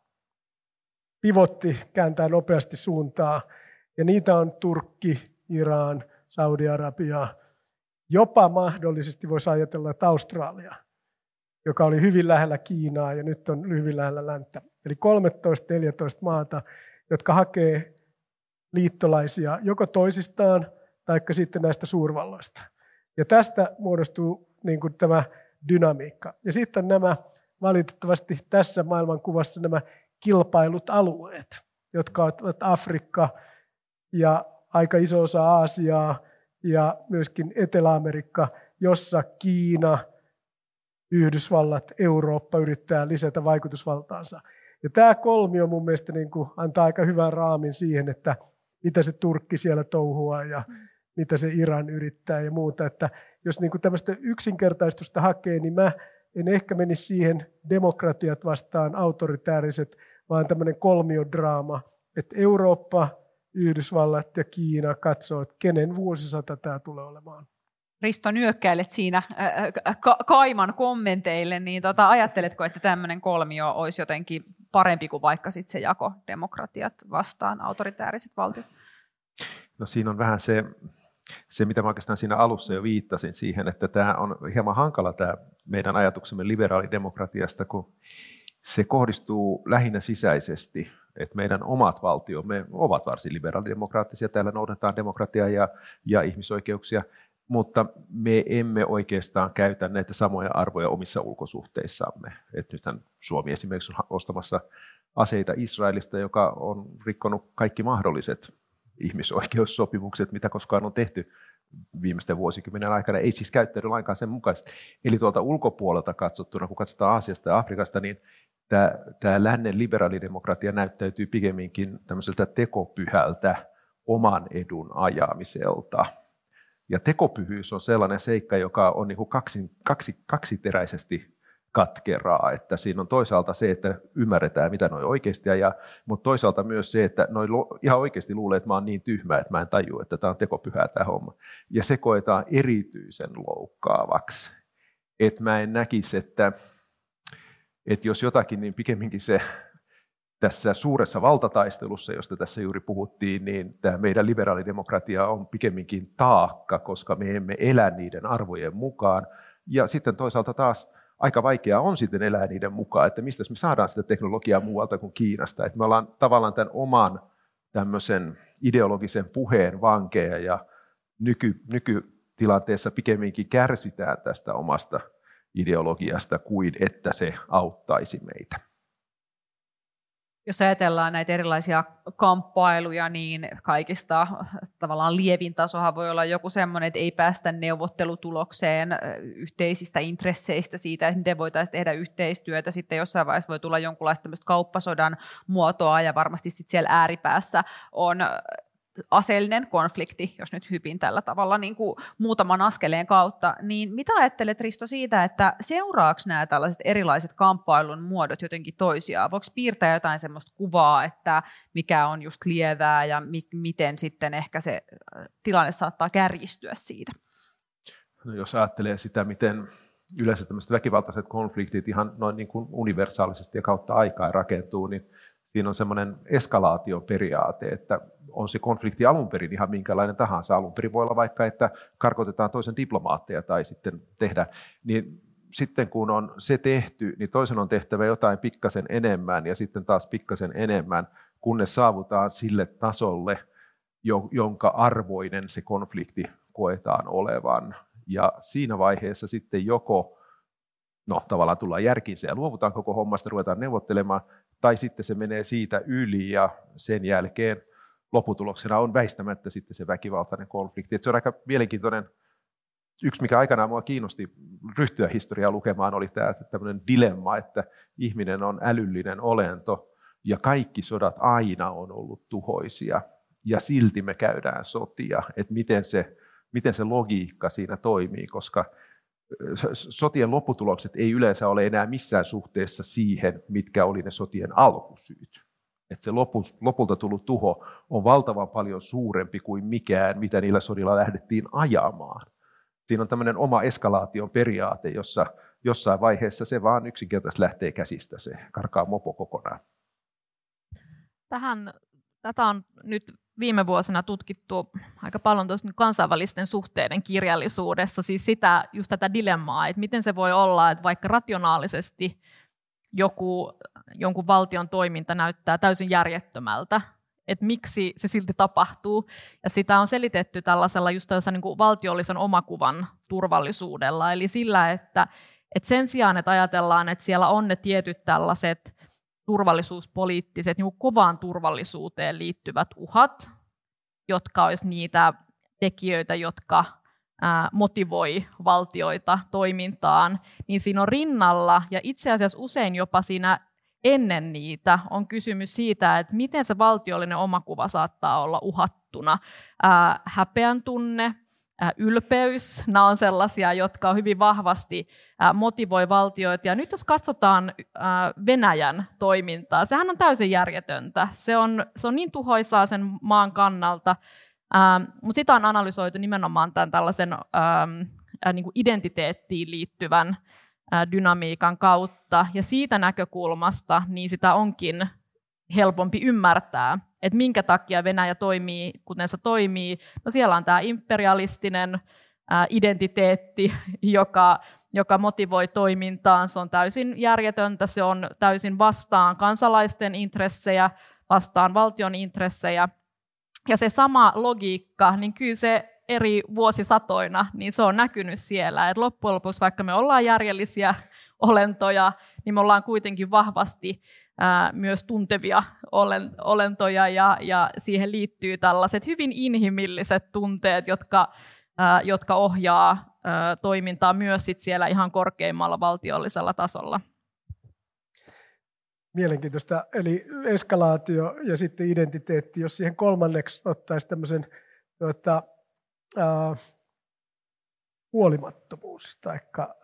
Pivotti kääntää nopeasti suuntaa, ja niitä on Turkki, Iran, Saudi-Arabia, jopa mahdollisesti voisi ajatella, että Australia, joka oli hyvin lähellä Kiinaa ja nyt on hyvin lähellä länttä. Eli 13-14 maata, jotka hakee liittolaisia joko toisistaan tai sitten näistä suurvalloista. Ja tästä muodostuu niin kuin tämä dynamiikka. Ja sitten on nämä valitettavasti tässä maailmankuvassa nämä kilpailut alueet, jotka ovat Afrikka ja aika iso osa Aasiaa ja myöskin Etelä-Amerikka, jossa Kiina, Yhdysvallat, Eurooppa yrittää lisätä vaikutusvaltaansa. Ja tämä kolmio mun mielestä niin kuin antaa aika hyvän raamin siihen, että mitä se Turkki siellä touhuaa ja mitä se Iran yrittää ja muuta. Että jos niin kuin tämmöistä yksinkertaistusta hakee, niin mä en ehkä menisi siihen demokratiat vastaan autoritääriset, vaan tämmöinen kolmiodraama, että Eurooppa, Yhdysvallat ja Kiina katsoo, että kenen vuosisata tämä tulee olemaan. Risto, nyökkäilet siinä Kaiman kommenteille, niin ajatteletko, että tämmöinen kolmio olisi jotenkin parempi kuin vaikka sit se jako demokratiat vastaan autoritääriset valtiot? No siinä on vähän se, mitä mä oikeastaan siinä alussa jo viittasin siihen, että tämä on hieman hankala tämä meidän ajatuksemme liberaalidemokratiasta, kun se kohdistuu lähinnä sisäisesti, että meidän omat valtiomme ovat varsin liberaalidemokraattisia, täällä noudatetaan demokratiaa ja ihmisoikeuksia, mutta me emme oikeastaan käytä näitä samoja arvoja omissa ulkosuhteissamme. Et nythän Suomi esimerkiksi on ostamassa aseita Israelista, joka on rikkonut kaikki mahdolliset ihmisoikeussopimukset, mitä koskaan on tehty viimeisten vuosikymmenen aikana, ei siis käyttänyt lainkaan sen mukaisesti. Eli tuolta ulkopuolelta katsottuna, kun katsotaan Aasiasta ja Afrikasta, niin tämä lännen liberaalidemokratia näyttäytyy pikemminkin tämmöiseltä tekopyhältä oman edun ajamiselta. Ja tekopyhyys on sellainen seikka, joka on niin kuin kaksiteräisesti katkeraa, että siinä on toisaalta se, että ymmärretään, mitä noi oikeasti mutta toisaalta myös se, että noi ihan oikeasti luulee, että mä oon niin tyhmä, että mä en tajua, että tämä on tekopyhää tämä homma. Ja se koetaan erityisen loukkaavaksi. Että mä en näkisi, että jos jotakin, niin pikemminkin se tässä suuressa valtataistelussa, josta tässä juuri puhuttiin, niin tämä meidän liberaalidemokratia on pikemminkin taakka, koska me emme elä niiden arvojen mukaan. Ja sitten toisaalta taas aika vaikeaa on sitten elää niiden mukaan, että mistä me saadaan sitä teknologiaa muualta kuin Kiinasta. Että me ollaan tavallaan tämän oman tämmöisen ideologisen puheen vankeja ja nykytilanteessa pikemminkin kärsitään tästä omasta ideologiasta kuin että se auttaisi meitä. Jos ajatellaan näitä erilaisia kamppailuja, niin kaikista tavallaan lievin tasohan voi olla joku semmoinen, että ei päästä neuvottelutulokseen yhteisistä intresseistä siitä, että miten voitaisiin tehdä yhteistyötä. Sitten jossain vaiheessa voi tulla jonkunlaista tämmöistä kauppasodan muotoa, ja varmasti sitten siellä ääripäässä on aseellinen konflikti, jos nyt hypin tällä tavalla niin kuin muutaman askeleen kautta, niin mitä ajattelet, Risto, siitä, että seuraako nämä tällaiset erilaiset kamppailun muodot jotenkin toisiaan? Voiko piirtää jotain sellaista kuvaa, että mikä on just lievää ja miten sitten ehkä se tilanne saattaa kärjistyä siitä? No, jos ajattelee sitä, miten yleensä tämmöiset väkivaltaiset konfliktit ihan noin niin kuin universaalisesti ja kautta aikaa rakentuu, niin siinä on semmoinen eskalaation periaate, että on se konflikti alun perin ihan minkälainen tahansa. Alun perin voi olla vaikka, että karkotetaan toisen diplomaatteja tai sitten tehdä, niin sitten kun on se tehty, niin toisen on tehtävä jotain pikkasen enemmän ja sitten taas pikkasen enemmän, kunnes saavutaan sille tasolle, jonka arvoinen se konflikti koetaan olevan. Ja siinä vaiheessa sitten joko tavallaan tullaan järkiinsä ja luovutaan koko hommasta, ruvetaan neuvottelemaan, tai sitten se menee siitä yli ja sen jälkeen lopputuloksena on väistämättä sitten se väkivaltainen konflikti. Et se on aika mielenkiintoinen. Yksi, mikä aikanaan minua kiinnosti ryhtyä historiaa lukemaan, oli tämä tämmöinen dilemma, että ihminen on älyllinen olento ja kaikki sodat aina on ollut tuhoisia ja silti me käydään sotia. Että miten se logiikka siinä toimii, koska sotien lopputulokset ei yleensä ole enää missään suhteessa siihen, mitkä oli ne sotien alkusyyt. Että se lopulta tullut tuho on valtavan paljon suurempi kuin mikään, mitä niillä sodilla lähdettiin ajamaan. Siinä on tämmöinen oma eskalaation periaate, jossa jossain vaiheessa se vaan yksinkertaisesti lähtee käsistä, se karkaa mopo kokonaan. Tätä on nyt viime vuosina tutkittu aika paljon kansainvälisten suhteiden kirjallisuudessa, siis just tätä dilemmaa, että miten se voi olla, että vaikka rationaalisesti jonkun valtion toiminta näyttää täysin järjettömältä, että miksi se silti tapahtuu. Ja sitä on selitetty tällaisella just niin kuin valtiollisen omakuvan turvallisuudella, eli sillä, että sen sijaan, että ajatellaan, että siellä on ne tietyt tällaiset turvallisuuspoliittiset, niin kuin kovaan turvallisuuteen liittyvät uhat, jotka olisi niitä tekijöitä, jotka motivoi valtioita toimintaan, niin siinä on rinnalla, ja itse asiassa usein jopa siinä ennen niitä on kysymys siitä, että miten se valtiollinen omakuva saattaa olla uhattuna. Häpeän tunne, ylpeys, nämä on sellaisia, jotka hyvin vahvasti motivoi valtioita. Ja nyt jos katsotaan Venäjän toimintaa, sehän on täysin järjetöntä. Se on niin tuhoisaa sen maan kannalta, mutta sitä on analysoitu nimenomaan tämän tällaisen niin kuin identiteettiin liittyvän dynamiikan kautta. Ja siitä näkökulmasta niin sitä onkin helpompi ymmärtää, että minkä takia Venäjä toimii, kuten se toimii. No siellä on tämä imperialistinen identiteetti, joka motivoi toimintaan. Se on täysin järjetöntä, se on täysin vastaan kansalaisten intressejä, vastaan valtion intressejä. Ja se sama logiikka, niin kyllä se eri vuosisatoina, niin se on näkynyt siellä. Et loppujen lopuksi, vaikka me ollaan järjellisiä olentoja, niin me ollaan kuitenkin vahvasti myös tuntevia olentoja, ja siihen liittyy tällaiset hyvin inhimilliset tunteet, jotka ohjaa toimintaa myös sit siellä ihan korkeimmalla valtiollisella tasolla. Mielenkiintoista. Eli eskalaatio ja sitten identiteetti, jos siihen kolmanneksi ottaisi tämmöisen huolimattomuus tai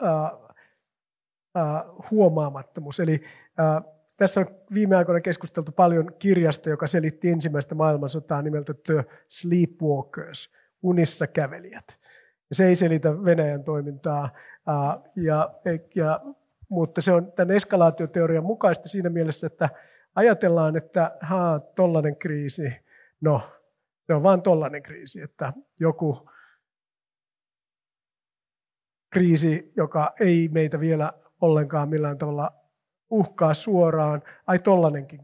huomaamattomuus. Eli tässä on viime aikoina keskusteltu paljon kirjasta, joka selitti ensimmäistä maailmansotaa nimeltä The Sleepwalkers, unissa kävelijät. Ja se ei selitä Venäjän toimintaa, mutta se on tämän eskalaatioteorian mukaista siinä mielessä, että ajatellaan, että tollainen kriisi, no se on vaan tollainen kriisi, että joku kriisi, joka ei meitä vielä ollenkaan millään tavalla uhkaa suoraan, tollanenkin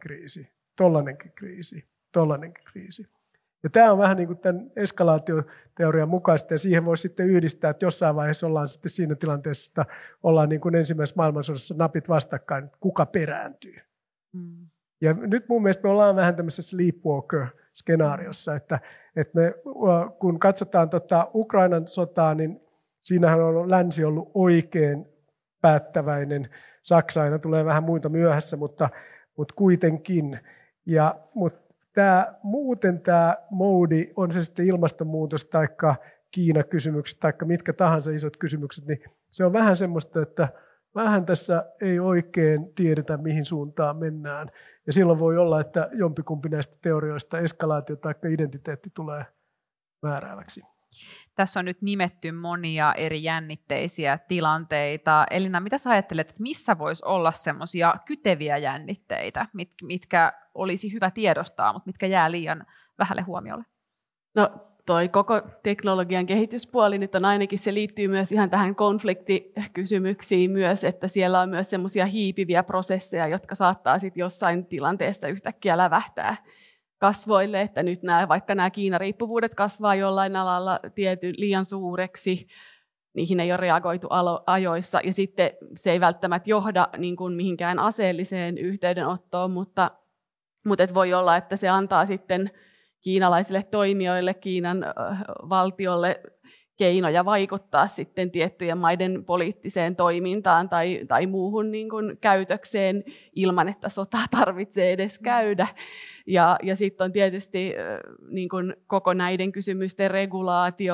kriisi. Ja tämä on vähän niin kuin tämän eskalaatioteorian mukaista, ja siihen voi sitten yhdistää, että jossain vaiheessa ollaan sitten siinä tilanteessa, että ollaan niin kuin ensimmäisessä maailmansodassa napit vastakkain, että kuka perääntyy. Ja nyt mun mielestä me ollaan vähän tämmöisessä sleepwalker-skenaariossa, että me, kun katsotaan Ukrainan sotaa, niin siinähän on länsi ollut oikein päättäväinen. Saksa aina tulee vähän muita myöhässä, mutta kuitenkin. Mutta tämä moodi, on se sitten ilmastonmuutos tai Kiina-kysymykset tai mitkä tahansa isot kysymykset, niin se on vähän semmoista, että vähän tässä ei oikein tiedetä, mihin suuntaan mennään. Ja silloin voi olla, että jompikumpi näistä teorioista, eskalaatio tai identiteetti tulee määrääväksi. Tässä on nyt nimetty monia eri jännitteisiä tilanteita. Elina, mitä sä ajattelet, että missä voisi olla semmoisia kyteviä jännitteitä, mitkä olisi hyvä tiedostaa, mutta mitkä jää liian vähälle huomiolle? No toi koko teknologian kehityspuoli nyt on ainakin, se liittyy myös ihan tähän konfliktikysymyksiin myös, että siellä on myös semmoisia hiipiviä prosesseja, jotka saattaa sitten jossain tilanteessa yhtäkkiä lävähtää kasvoille, että nyt vaikka nämä Kiina-riippuvuudet kasvaa jollain alalla liian suureksi, niihin ei ole reagoitu ajoissa, ja sitten se ei välttämättä johda niin kuin mihinkään aseelliseen yhteydenottoon, mutta et voi olla, että se antaa sitten kiinalaisille toimijoille, Kiinan valtiolle keinoja vaikuttaa sitten tiettyjen maiden poliittiseen toimintaan tai muuhun niin kuin käytökseen ilman, että sotaa tarvitsee edes käydä. Ja sitten on tietysti niin kuin koko näiden kysymysten regulaatio,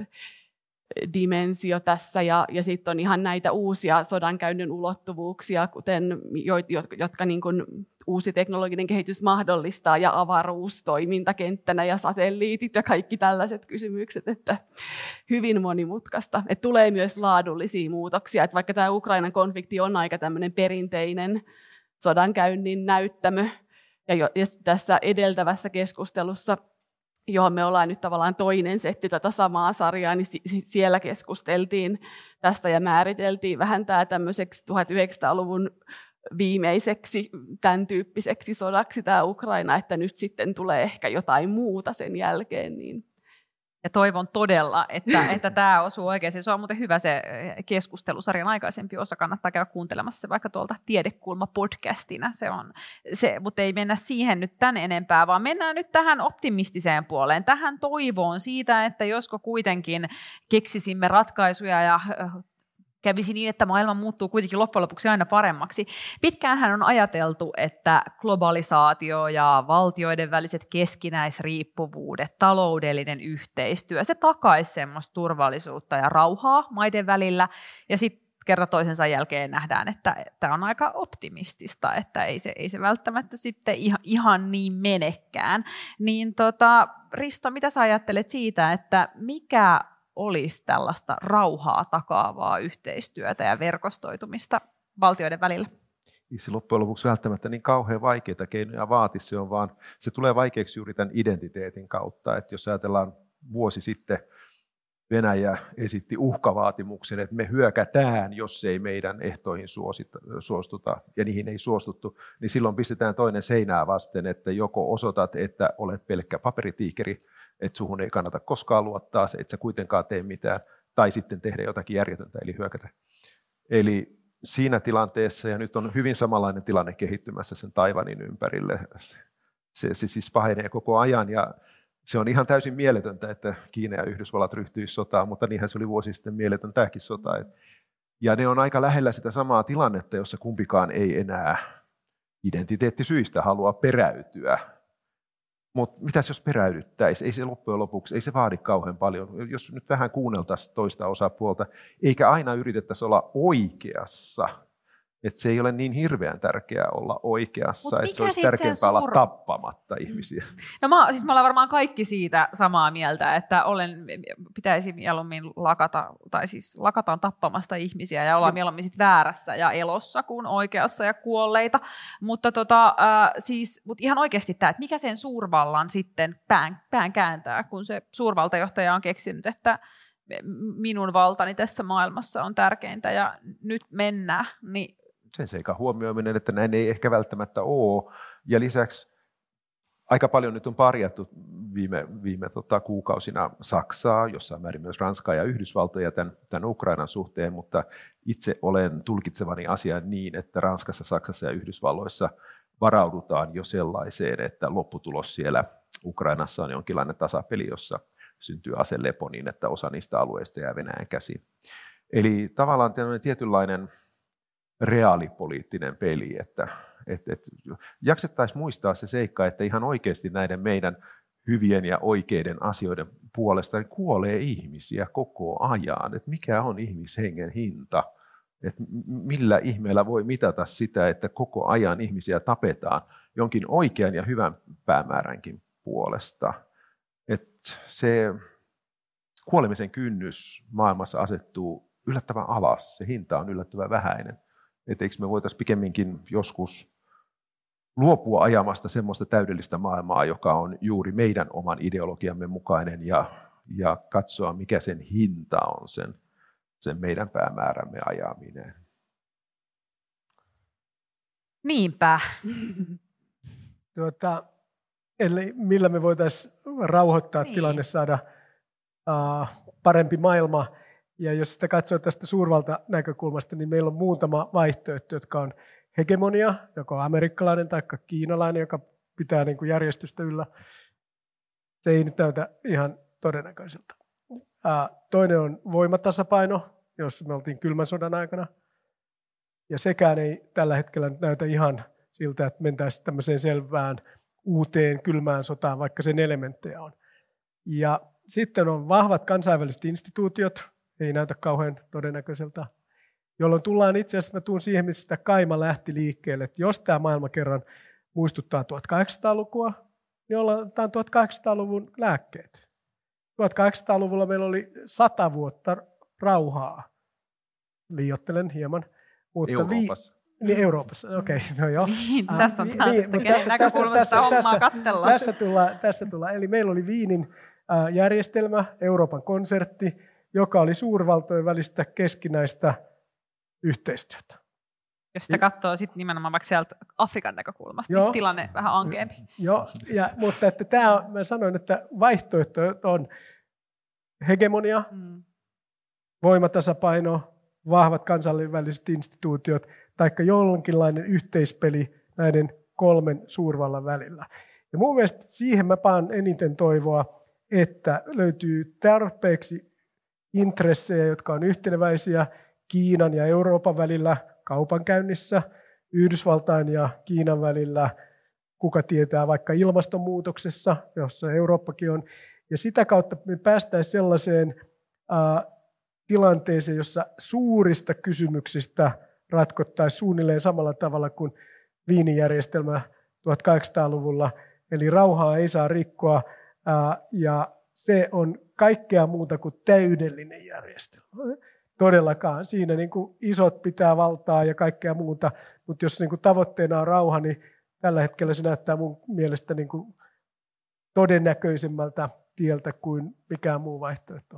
dimensio tässä, ja sitten on ihan näitä uusia sodankäynnin ulottuvuuksia, kuten jotka niin kuin uusi teknologinen kehitys mahdollistaa, ja avaruus toimintakenttänä ja satelliitit ja kaikki tällaiset kysymykset, että hyvin monimutkaista. Et tulee myös laadullisia muutoksia, että vaikka tämä Ukrainan konflikti on aika tämmöinen perinteinen sodankäynnin näyttämö, ja tässä edeltävässä keskustelussa, johon me ollaan nyt tavallaan toinen setti tätä samaa sarjaa, niin siellä keskusteltiin tästä ja määriteltiin vähän tämä tämmöiseksi 1900-luvun viimeiseksi tämän tyyppiseksi sodaksi tämä Ukraina, että nyt sitten tulee ehkä jotain muuta sen jälkeen. Niin. Ja toivon todella, että tämä osuu oikein. Se on muuten hyvä se keskustelusarjan aikaisempi osa, kannattaa käydä kuuntelemassa se vaikka tuolta Tiedekulma-podcastina. Mutta ei mennä siihen nyt tän enempää, vaan mennään nyt tähän optimistiseen puoleen, tähän toivoon siitä, että josko kuitenkin keksisimme ratkaisuja ja kävisi niin, että maailma muuttuu kuitenkin loppujen lopuksi aina paremmaksi. Pitkäänhän on ajateltu, että globalisaatio ja valtioiden väliset keskinäisriippuvuudet, taloudellinen yhteistyö, se takaisi semmoista turvallisuutta ja rauhaa maiden välillä, ja sitten kerta toisensa jälkeen nähdään, että tämä on aika optimistista, että ei se välttämättä sitten ihan niin menekään. Niin Risto, mitä sä ajattelet siitä, että mikä olisi tällaista rauhaa takaavaa yhteistyötä ja verkostoitumista valtioiden välillä? Ei se loppujen lopuksi välttämättä niin kauhean vaikeita keinoja vaati, se tulee vaikeaksi juuri tämän identiteetin kautta. Että jos ajatellaan vuosi sitten, Venäjä esitti uhkavaatimuksen, että me hyökätään, jos ei meidän ehtoihin suostuta, ja niihin ei suostuttu, niin silloin pistetään toinen seinää vasten, että joko osoitat, että olet pelkkä paperitiikeri, että suhun ei kannata koskaan luottaa, että sä kuitenkaan tee mitään, tai sitten tehdä jotakin järjetöntä, eli hyökätä. Eli siinä tilanteessa, ja nyt on hyvin samanlainen tilanne kehittymässä sen Taiwanin ympärille, se siis pahenee koko ajan, ja se on ihan täysin mieletöntä, että Kiina ja Yhdysvallat ryhtyisi sotaan, mutta niinhän se oli vuosi sitten mieletön tämäkin sota. Ja ne on aika lähellä sitä samaa tilannetta, jossa kumpikaan ei enää identiteettisyistä halua peräytyä Mutta mitäs jos peräydyttäisiin? Ei se loppujen lopuksi, ei se vaadi kauhean paljon. Jos nyt vähän kuunneltaisiin toista osapuolta, eikä aina yritettäisi olla oikeassa. Että se ei ole niin hirveän tärkeää olla oikeassa, että se olisi tärkeämpää olla tappamatta ihmisiä. No me ollaan varmaan kaikki siitä samaa mieltä, että pitäisi mieluummin lakataan tappamasta ihmisiä ja olla mieluummin sit väärässä ja elossa kuin oikeassa ja kuolleita. Mutta mut ihan oikeasti tämä, että mikä sen suurvallan sitten pään kääntää, kun se suurvaltajohtaja on keksinyt, että minun valtani tässä maailmassa on tärkeintä ja nyt mennään, niin sen seikan huomioiminen, että näin ei ehkä välttämättä ole. Ja lisäksi aika paljon nyt on parjattu viime kuukausina Saksaa, jossain määrin myös Ranskaa ja Yhdysvaltoja tämän Ukrainan suhteen, mutta itse olen tulkitsevani asian niin, että Ranskassa, Saksassa ja Yhdysvalloissa varaudutaan jo sellaiseen, että lopputulos siellä Ukrainassa on jonkinlainen tasapeli, jossa syntyy aselepo niin, että osa niistä alueista jää Venäjän käsiin. Eli tavallaan tietynlainen reaalipoliittinen peli, että jaksettaisiin muistaa se seikka, että ihan oikeasti näiden meidän hyvien ja oikeiden asioiden puolesta kuolee ihmisiä koko ajan. Että mikä on ihmishengen hinta? Että millä ihmeellä voi mitata sitä, että koko ajan ihmisiä tapetaan jonkin oikean ja hyvän päämääränkin puolesta? Että se kuolemisen kynnys maailmassa asettuu yllättävän alas, se hinta on yllättävän vähäinen. Että eikö me voitaisiin pikemminkin joskus luopua ajamasta semmoista täydellistä maailmaa, joka on juuri meidän oman ideologiamme mukainen ja katsoa, mikä sen hinta on sen meidän päämäärämme ajaminen. Niinpä. Eli millä me voitaisiin rauhoittaa tilanne, saada parempi maailma. Ja jos sitä katsoo tästä suurvaltanäkökulmasta, niin meillä on muutama vaihtoehto, jotka on hegemonia, joka on amerikkalainen tai kiinalainen, joka pitää niin kuin järjestystä yllä. Se ei nyt näytä ihan todennäköiseltä. Toinen on voimatasapaino, jossa me oltiin kylmän sodan aikana. Ja sekään ei tällä hetkellä nyt näytä ihan siltä, että mentäisiin tämmöiseen selvään uuteen kylmään sotaan, vaikka sen elementtejä on. Ja sitten on vahvat kansainväliset instituutiot, ei näytä kauhean todennäköiseltä, jolloin tullaan itse asiassa, mä tuun siihen, mistä Kaima lähti liikkeelle, että jos tämä maailma kerran muistuttaa 1800-lukua, niin ollaan 1800-luvun lääkkeet. 1800-luvulla meillä oli 100 vuotta rauhaa. Liioittelen hieman. Mutta Euroopassa. Niin Euroopassa, okei, no joo. Tässä on taas näkökulmasta hommaa katsellaan. Tässä tullaan. Eli meillä oli Viinin järjestelmä, Euroopan konsertti, joka oli suurvaltojen välistä keskinäistä yhteistyötä. Jos sitä katsoo sitten nimenomaan vaikka sieltä Afrikan näkökulmasta, niin tilanne vähän ankeampi. Joo, mutta että mä sanoin, että vaihtoehto on hegemonia, voimatasapaino, vahvat kansainväliset instituutiot, tai jonkinlainen yhteispeli näiden kolmen suurvallan välillä. Ja mun mielestä siihen mä paan eniten toivoa, että löytyy tarpeeksi intressejä, jotka on yhteneväisiä Kiinan ja Euroopan välillä kaupankäynnissä, Yhdysvaltain ja Kiinan välillä, kuka tietää vaikka ilmastonmuutoksessa, jossa Eurooppakin on. Ja sitä kautta me päästäisiin sellaiseen tilanteeseen, jossa suurista kysymyksistä ratkottaisiin suunnilleen samalla tavalla kuin Viinin järjestelmä 1800-luvulla. Eli rauhaa ei saa rikkoa ja se on kaikkea muuta kuin täydellinen järjestelmä. Todellakaan. Siinä niin kuin isot pitää valtaa ja kaikkea muuta, mutta jos niin kuin tavoitteena on rauha, niin tällä hetkellä se näyttää mun mielestä niin kuin todennäköisemmältä tieltä kuin mikään muu vaihtoehto.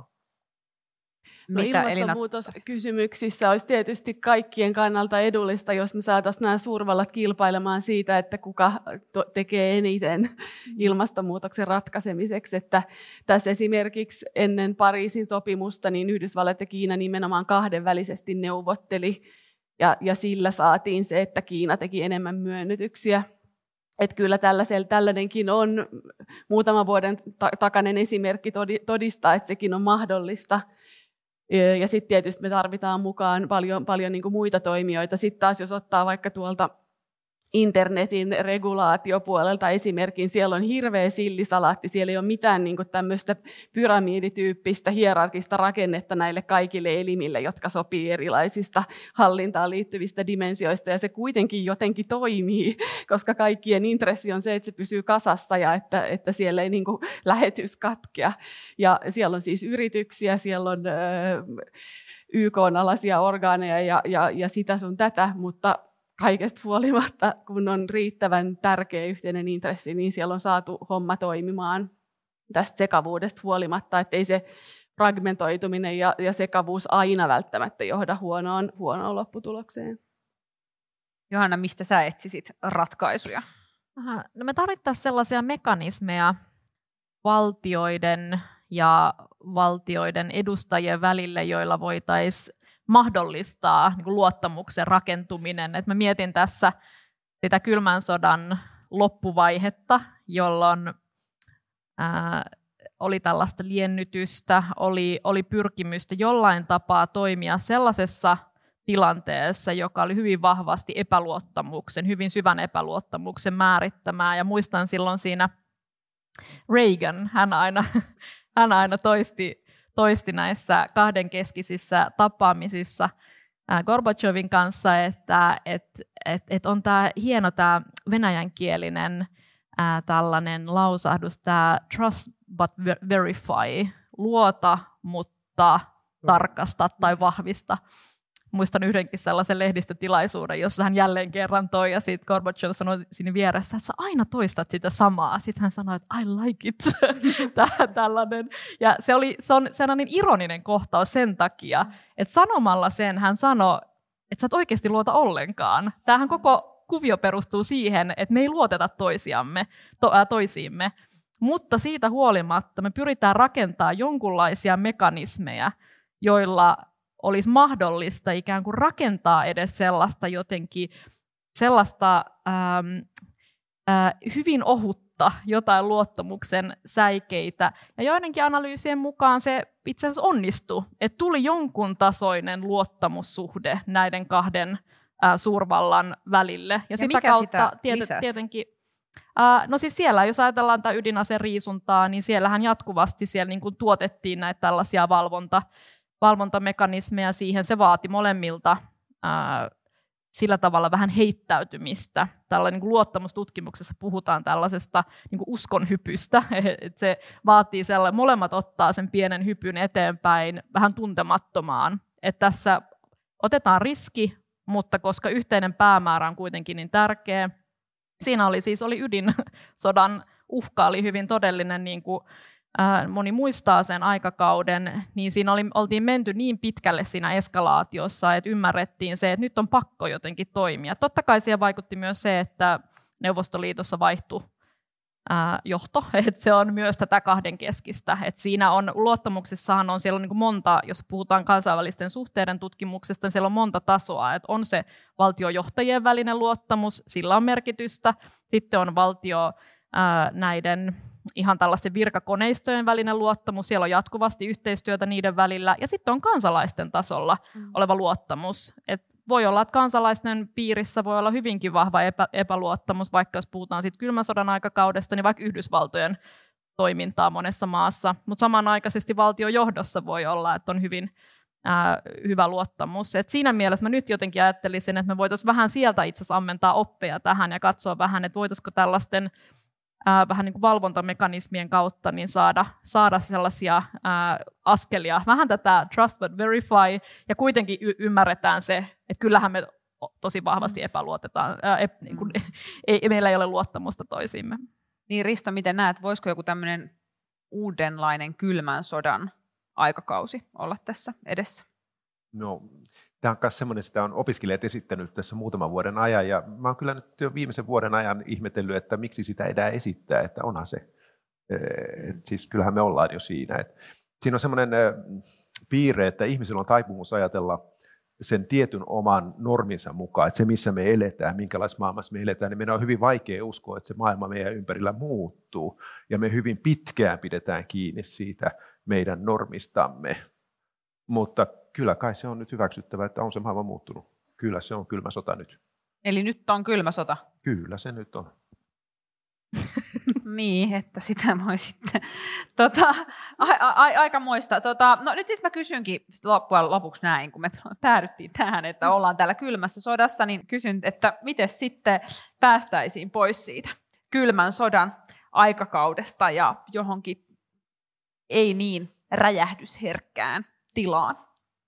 No ilmastonmuutoskysymyksissä olisi tietysti kaikkien kannalta edullista, jos me saataisiin nämä suurvallat kilpailemaan siitä, että kuka tekee eniten ilmastonmuutoksen ratkaisemiseksi. Että tässä esimerkiksi ennen Pariisin sopimusta niin Yhdysvallat ja Kiina nimenomaan kahdenvälisesti neuvotteli ja sillä saatiin se, että Kiina teki enemmän myönnytyksiä. Että kyllä tällainenkin on muutaman vuoden takainen esimerkki todistaa, että sekin on mahdollista. Ja sitten tietysti me tarvitaan mukaan paljon niin kuin muita toimijoita. Sitten taas jos ottaa vaikka tuolta internetin regulaatiopuolelta esimerkin. Siellä on hirveä sillisalaatti, siellä ei ole mitään niin kuin tämmöistä pyramidityyppistä hierarkista rakennetta näille kaikille elimille, jotka sopii erilaisista hallintaan liittyvistä dimensioista, ja se kuitenkin jotenkin toimii, koska kaikkien intressi on se, että se pysyy kasassa ja että siellä ei niin kuin lähetys katkea. Ja siellä on siis yrityksiä, siellä on YK-alaisia orgaaneja ja sitä sun tätä, mutta kaikesta huolimatta, kun on riittävän tärkeä yhteinen intressi, niin siellä on saatu homma toimimaan tästä sekavuudesta huolimatta, ettei se fragmentoituminen ja sekavuus aina välttämättä johda huonoon lopputulokseen. Johanna, mistä sä etsisit ratkaisuja? No me tarvittaisiin sellaisia mekanismeja valtioiden ja valtioiden edustajien välille, joilla voitaisiin mahdollistaa niin kuin luottamuksen rakentuminen. Et mä mietin tässä sitä kylmän sodan loppuvaihetta, jolloin oli tällaista liennytystä, oli pyrkimystä jollain tapaa toimia sellaisessa tilanteessa, joka oli hyvin vahvasti hyvin syvän epäluottamuksen määrittämää. Ja muistan silloin siinä Reagan, hän aina toisti näissä kahdenkeskisissä tapaamisissa Gorbachevin kanssa, että on tämä hieno tämä venäjänkielinen tällainen lausahdus, tämä trust but verify, luota, mutta tarkasta tai vahvista. Muistan yhdenkin sellaisen lehdistötilaisuuden, jossa hän jälleen kerran toi, ja sitten Gorbachev sanoi siinä vieressä, että sä aina toistat sitä samaa. Sitten hän sanoi, että I like it. Tällainen. Ja se on niin ironinen kohtaus sen takia, että sanomalla sen hän sanoi, että sä et oikeasti luota ollenkaan. Tämähän koko kuvio perustuu siihen, että me ei luoteta toisiimme, mutta siitä huolimatta me pyritään rakentamaan jonkunlaisia mekanismeja, joilla olisi mahdollista ikään kuin rakentaa edes sellaista hyvin ohutta jotain luottamuksen säikeitä. Ja joidenkin analyysien mukaan se itse asiassa onnistui, että tuli jonkun tasoinen luottamussuhde näiden kahden suurvallan välille. Ja sitä kautta tietenkin. No siis siellä, jos ajatellaan tätä ydinaseen riisuntaa, niin siellähän jatkuvasti siellä niin kuin tuotettiin näitä tällaisia valvontamekanismeja siihen. Se vaati molemmilta sillä tavalla vähän heittäytymistä. Tällä niin kuin luottamustutkimuksessa puhutaan tällaisesta niin kuin uskonhypystä. Et se vaatii molemmat ottaa sen pienen hypyn eteenpäin vähän tuntemattomaan. Et tässä otetaan riski, mutta koska yhteinen päämäärä on kuitenkin niin tärkeä, siinä oli ydinsodan uhka oli hyvin todellinen, niin kuin moni muistaa sen aikakauden, niin siinä oltiin menty niin pitkälle siinä eskalaatiossa, että ymmärrettiin se, että nyt on pakko jotenkin toimia. Totta kai siihen vaikutti myös se, että Neuvostoliitossa vaihtui johto, että se on myös tätä kahdenkeskistä. Että siinä on, luottamuksessahan on, siellä on niin kuin monta, jos puhutaan kansainvälisten suhteiden tutkimuksesta, niin siellä on monta tasoa. Että on se valtiojohtajien välinen luottamus, sillä on merkitystä. Sitten on näiden ihan tällaisten virkakoneistojen välinen luottamus, siellä on jatkuvasti yhteistyötä niiden välillä, ja sitten on kansalaisten tasolla oleva luottamus. Et voi olla, että kansalaisten piirissä voi olla hyvinkin vahva epäluottamus, vaikka jos puhutaan siitä kylmän sodan aikakaudesta, niin vaikka Yhdysvaltojen toimintaa monessa maassa, mutta samanaikaisesti valtiojohdossa voi olla, että on hyvin hyvä luottamus. Et siinä mielessä mä nyt jotenkin ajattelisin, että me voitaisiin vähän sieltä itse asiassa ammentaa oppeja tähän ja katsoa vähän, että voitaisiko tällaisten vähän niin kuin valvontamekanismien kautta niin saada sellaisia askelia, vähän tätä trust but verify, ja kuitenkin ymmärretään se, että kyllähän me tosi vahvasti epäluotetaan, meillä ei ole luottamusta toisiimme. Niin Risto, miten näet, voisiko joku tämmöinen uudenlainen kylmän sodan aikakausi olla tässä edessä? No, tämä on myös semmoinen, sitä on opiskelijat esittänyt tässä muutaman vuoden ajan, ja mä oon kyllä nyt jo viimeisen vuoden ajan ihmetellyt, että miksi sitä enää esittää, että onhan se. Siis kyllähän me ollaan jo siinä. Siinä on semmoinen piirre, että ihmisillä on taipumus ajatella sen tietyn oman norminsa mukaan, että se missä me eletään, minkälaisessa maailmassa me eletään, niin meidän on hyvin vaikea uskoa, että se maailma meidän ympärillä muuttuu, ja me hyvin pitkään pidetään kiinni siitä meidän normistamme. Mutta kyllä kai se on nyt hyväksyttävä, että on se maailma muuttunut. Kyllä se on kylmä sota nyt. Eli nyt on kylmä sota. Kyllä se nyt on. Niin, että sitä voi sitten. Aikamoista. No nyt siis mä kysynkin loppujen lopuksi näin, kun me päädyttiin tähän, että ollaan täällä kylmässä sodassa, niin kysyn, että miten sitten päästäisiin pois siitä kylmän sodan aikakaudesta ja johonkin ei niin räjähdysherkkään tilaan.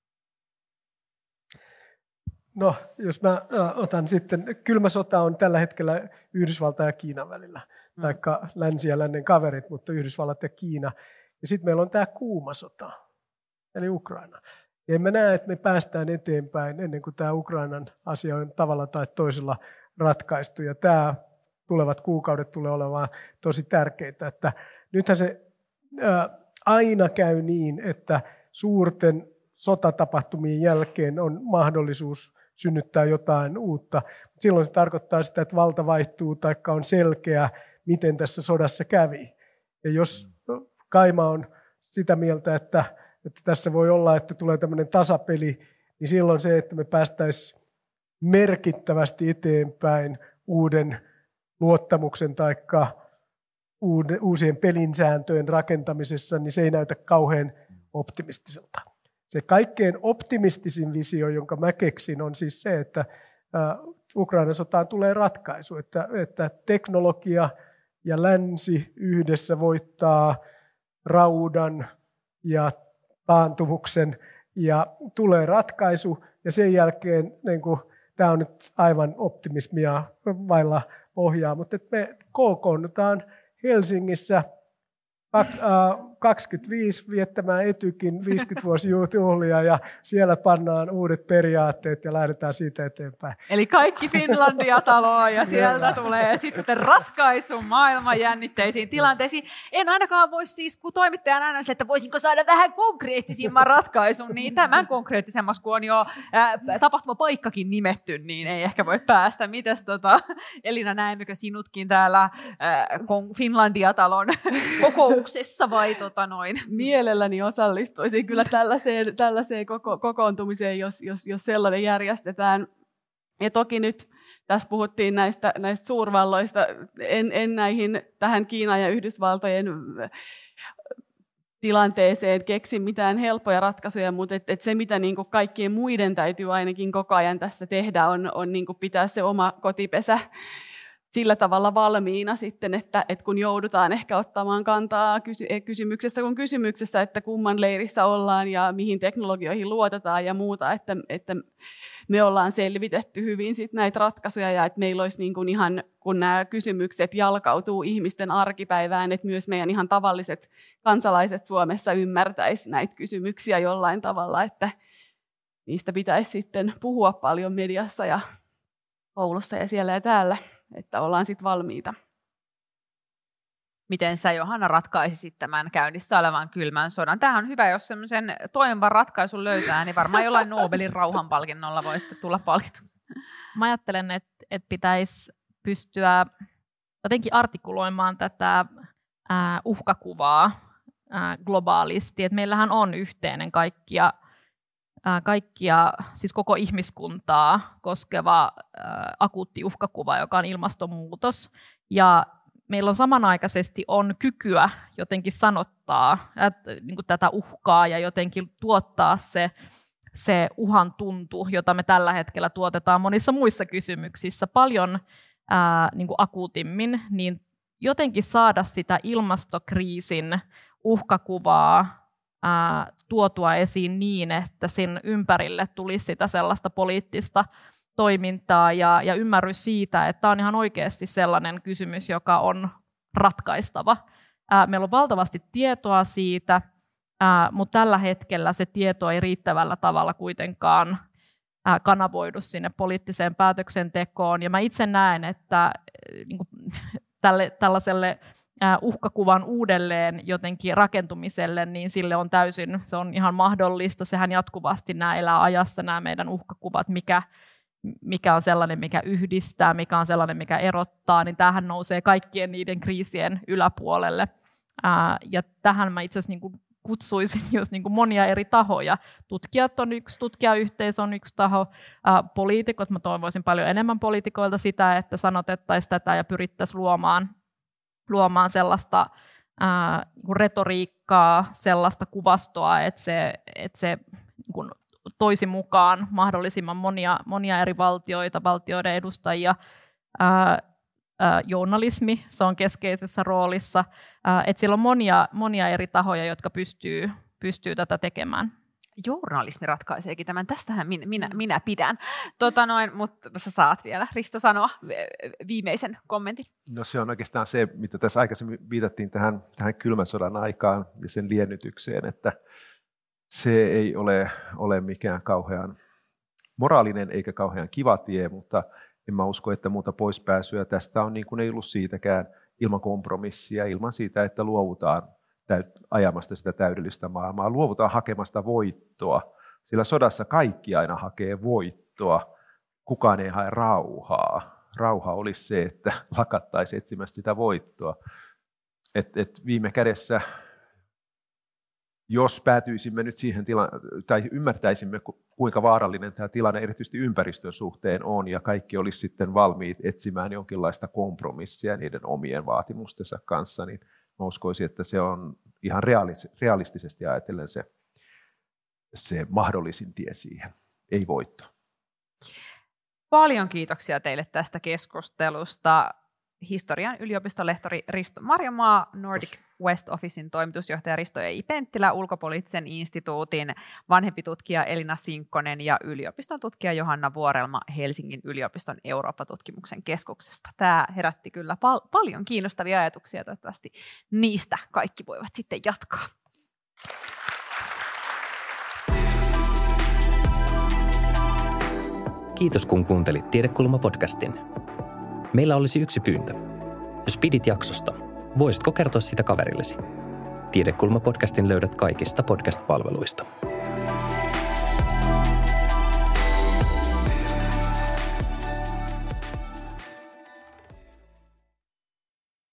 No, jos mä otan sitten, kylmä sota on tällä hetkellä Yhdysvaltain ja Kiinan välillä, taikka länsi ja lännen kaverit, mutta Yhdysvallat ja Kiina. Ja sitten meillä on tämä kuuma sota, eli Ukraina. Ja en mä näe, että me päästään eteenpäin ennen kuin tämä Ukrainan asia on tavalla tai toisella ratkaistu. Ja tämä tulevat kuukaudet tulee olemaan tosi tärkeitä. Että nythän se aina käy niin, että suurten sotatapahtumien jälkeen on mahdollisuus synnyttää jotain uutta. Silloin se tarkoittaa sitä, että valta vaihtuu tai on selkeä, miten tässä sodassa kävi. Ja jos Kaima on sitä mieltä, että tässä voi olla, että tulee tämmöinen tasapeli, niin silloin se, että me päästäisiin merkittävästi eteenpäin uuden luottamuksen tai uusien pelinsääntöjen rakentamisessa, niin se ei näytä kauhean optimistiselta. Se kaikkein optimistisin visio, jonka mä keksin, on siis se, että Ukrainan sotaan tulee ratkaisu, että teknologia ja länsi yhdessä voittaa raudan ja taantumuksen ja tulee ratkaisu ja sen jälkeen niin kuin, tämä on nyt aivan optimismia vailla pohjaa, mutta me kokoonnutaan Helsingissä 25 viettämään Etykin 50-vuotisjuhlia ja siellä pannaan uudet periaatteet ja lähdetään siitä eteenpäin. Eli kaikki Finlandia-taloa ja sieltä tulee sitten ratkaisu maailman jännitteisiin tilanteisiin. En ainakaan voi siis, kun toimittajan aina että voisinko saada vähän konkreettisimman ratkaisun, niin tämän konkreettisemmaksi, kun on jo tapahtumapaikkakin nimetty, niin ei ehkä voi päästä. Mites Elina, näemmekö sinutkin täällä Finlandia-talon kokouksessa vai noin? Mielelläni osallistuisin kyllä tällaiseen kokoontumiseen, jos sellainen järjestetään. Ja toki nyt tässä puhuttiin näistä suurvalloista, en tähän Kiinan ja Yhdysvaltojen tilanteeseen keksi mitään helppoja ratkaisuja, mutta se, mitä niin kuin kaikkien muiden täytyy ainakin koko ajan tässä tehdä, on niin kuin pitää se oma kotipesä sillä tavalla valmiina sitten, että kun joudutaan ehkä ottamaan kantaa kysymyksessä kuin kysymyksessä, että kumman leirissä ollaan ja mihin teknologioihin luotetaan ja muuta, että me ollaan selvitetty hyvin sit näitä ratkaisuja ja että meillä olisi niin kuin ihan, kun nämä kysymykset jalkautuu ihmisten arkipäivään, että myös meidän ihan tavalliset kansalaiset Suomessa ymmärtäisi näitä kysymyksiä jollain tavalla, että niistä pitäisi sitten puhua paljon mediassa ja koulussa ja siellä ja täällä, että ollaan sitten valmiita. Miten sä, Johanna, ratkaisisit tämän käynnissä olevan kylmän sodan? Tämähän on hyvä, jos semmoisen toimivan ratkaisun löytää, niin varmaan jollain Nobelin rauhanpalkinnolla voi sitten tulla palkittu. Mä ajattelen, että pitäisi pystyä jotenkin artikuloimaan tätä uhkakuvaa globaalisti. Et meillähän on yhteinen kaikkia, siis koko ihmiskuntaa koskeva akuutti uhkakuva, joka on ilmastonmuutos. Ja meillä on samanaikaisesti kykyä jotenkin sanottaa niin kuin tätä uhkaa ja jotenkin tuottaa se uhan tuntu, jota me tällä hetkellä tuotetaan monissa muissa kysymyksissä paljon niin kuin akuutimmin, niin jotenkin saada sitä ilmastokriisin uhkakuvaa tuotua esiin niin, että sen ympärille tulisi sitä sellaista poliittista toimintaa ja ymmärrys siitä, että tämä on ihan oikeasti sellainen kysymys, joka on ratkaistava. Meillä on valtavasti tietoa siitä, mutta tällä hetkellä se tieto ei riittävällä tavalla kuitenkaan kanavoidu sinne poliittiseen päätöksentekoon. Ja mä itse näen, että niin kuin tällaiselle uhkakuvan uudelleen jotenkin rakentumiselle, niin sille on se on ihan mahdollista. Sehän jatkuvasti elää ajassa nämä meidän uhkakuvat, mikä on sellainen, mikä yhdistää, mikä on sellainen, mikä erottaa, niin tämähän nousee kaikkien niiden kriisien yläpuolelle. Ja tähän mä itse asiassa niin kuin kutsuisin just niin kuin monia eri tahoja. Tutkijat on yksi, tutkijayhteisö on yksi taho, poliitikot, mä toivoisin paljon enemmän poliitikoilta sitä, että sanotettaisiin tätä ja pyrittäisiin luomaan sellaista retoriikkaa, sellaista kuvastoa, että se niin kuin toisi mukaan mahdollisimman monia eri valtioiden edustajia. Journalismi, se on keskeisessä roolissa. Että siellä on monia eri tahoja, jotka pystyy tätä tekemään. Journalismi ratkaiseekin tämän. Tästähän minä pidän. Mutta sä saat vielä, Risto, sanoa viimeisen kommentin. No se on oikeastaan se, mitä tässä aikaisemmin viitattiin tähän kylmän sodan aikaan ja sen liennytykseen, että se ei ole mikään kauhean moraalinen eikä kauhean kiva tie, mutta en mä usko, että muuta poispääsyä tästä on niin kuin ei ollut siitäkään ilman kompromissia, ilman siitä, että luovutaan ajamasta sitä täydellistä maailmaa, luovutaan hakemasta voittoa, sillä sodassa kaikki aina hakee voittoa, kukaan ei hae rauhaa. Rauha olisi se, että lakattaisiin etsimästä sitä voittoa. Et viime kädessä, jos päätyisimme nyt siihen tai ymmärtäisimme, kuinka vaarallinen tämä tilanne erityisesti ympäristön suhteen on, ja kaikki olisi sitten valmiit etsimään jonkinlaista kompromissia niiden omien vaatimustensa kanssa, niin mä uskoisin, että se on ihan realistisesti ajatellen se mahdollisin tie siihen, ei voitto. Paljon kiitoksia teille tästä keskustelusta. Historian yliopiston lehtori Risto Marjamaa, Nordic West Officein toimitusjohtaja Risto E. Penttilä, Ulkopoliittisen instituutin vanhempi tutkija Elina Sinkkonen ja yliopiston tutkija Johanna Vuorelma Helsingin yliopiston Eurooppa-tutkimuksen keskuksesta. Tämä herätti kyllä paljon kiinnostavia ajatuksia, toivottavasti niistä kaikki voivat sitten jatkaa. Kiitos kun kuuntelit Tiedekulma-podcastin. Meillä olisi yksi pyyntö. Jos pidit jaksosta, voisitko kertoa sitä kaverillesi? Tiedekulma-podcastin löydät kaikista podcast-palveluista.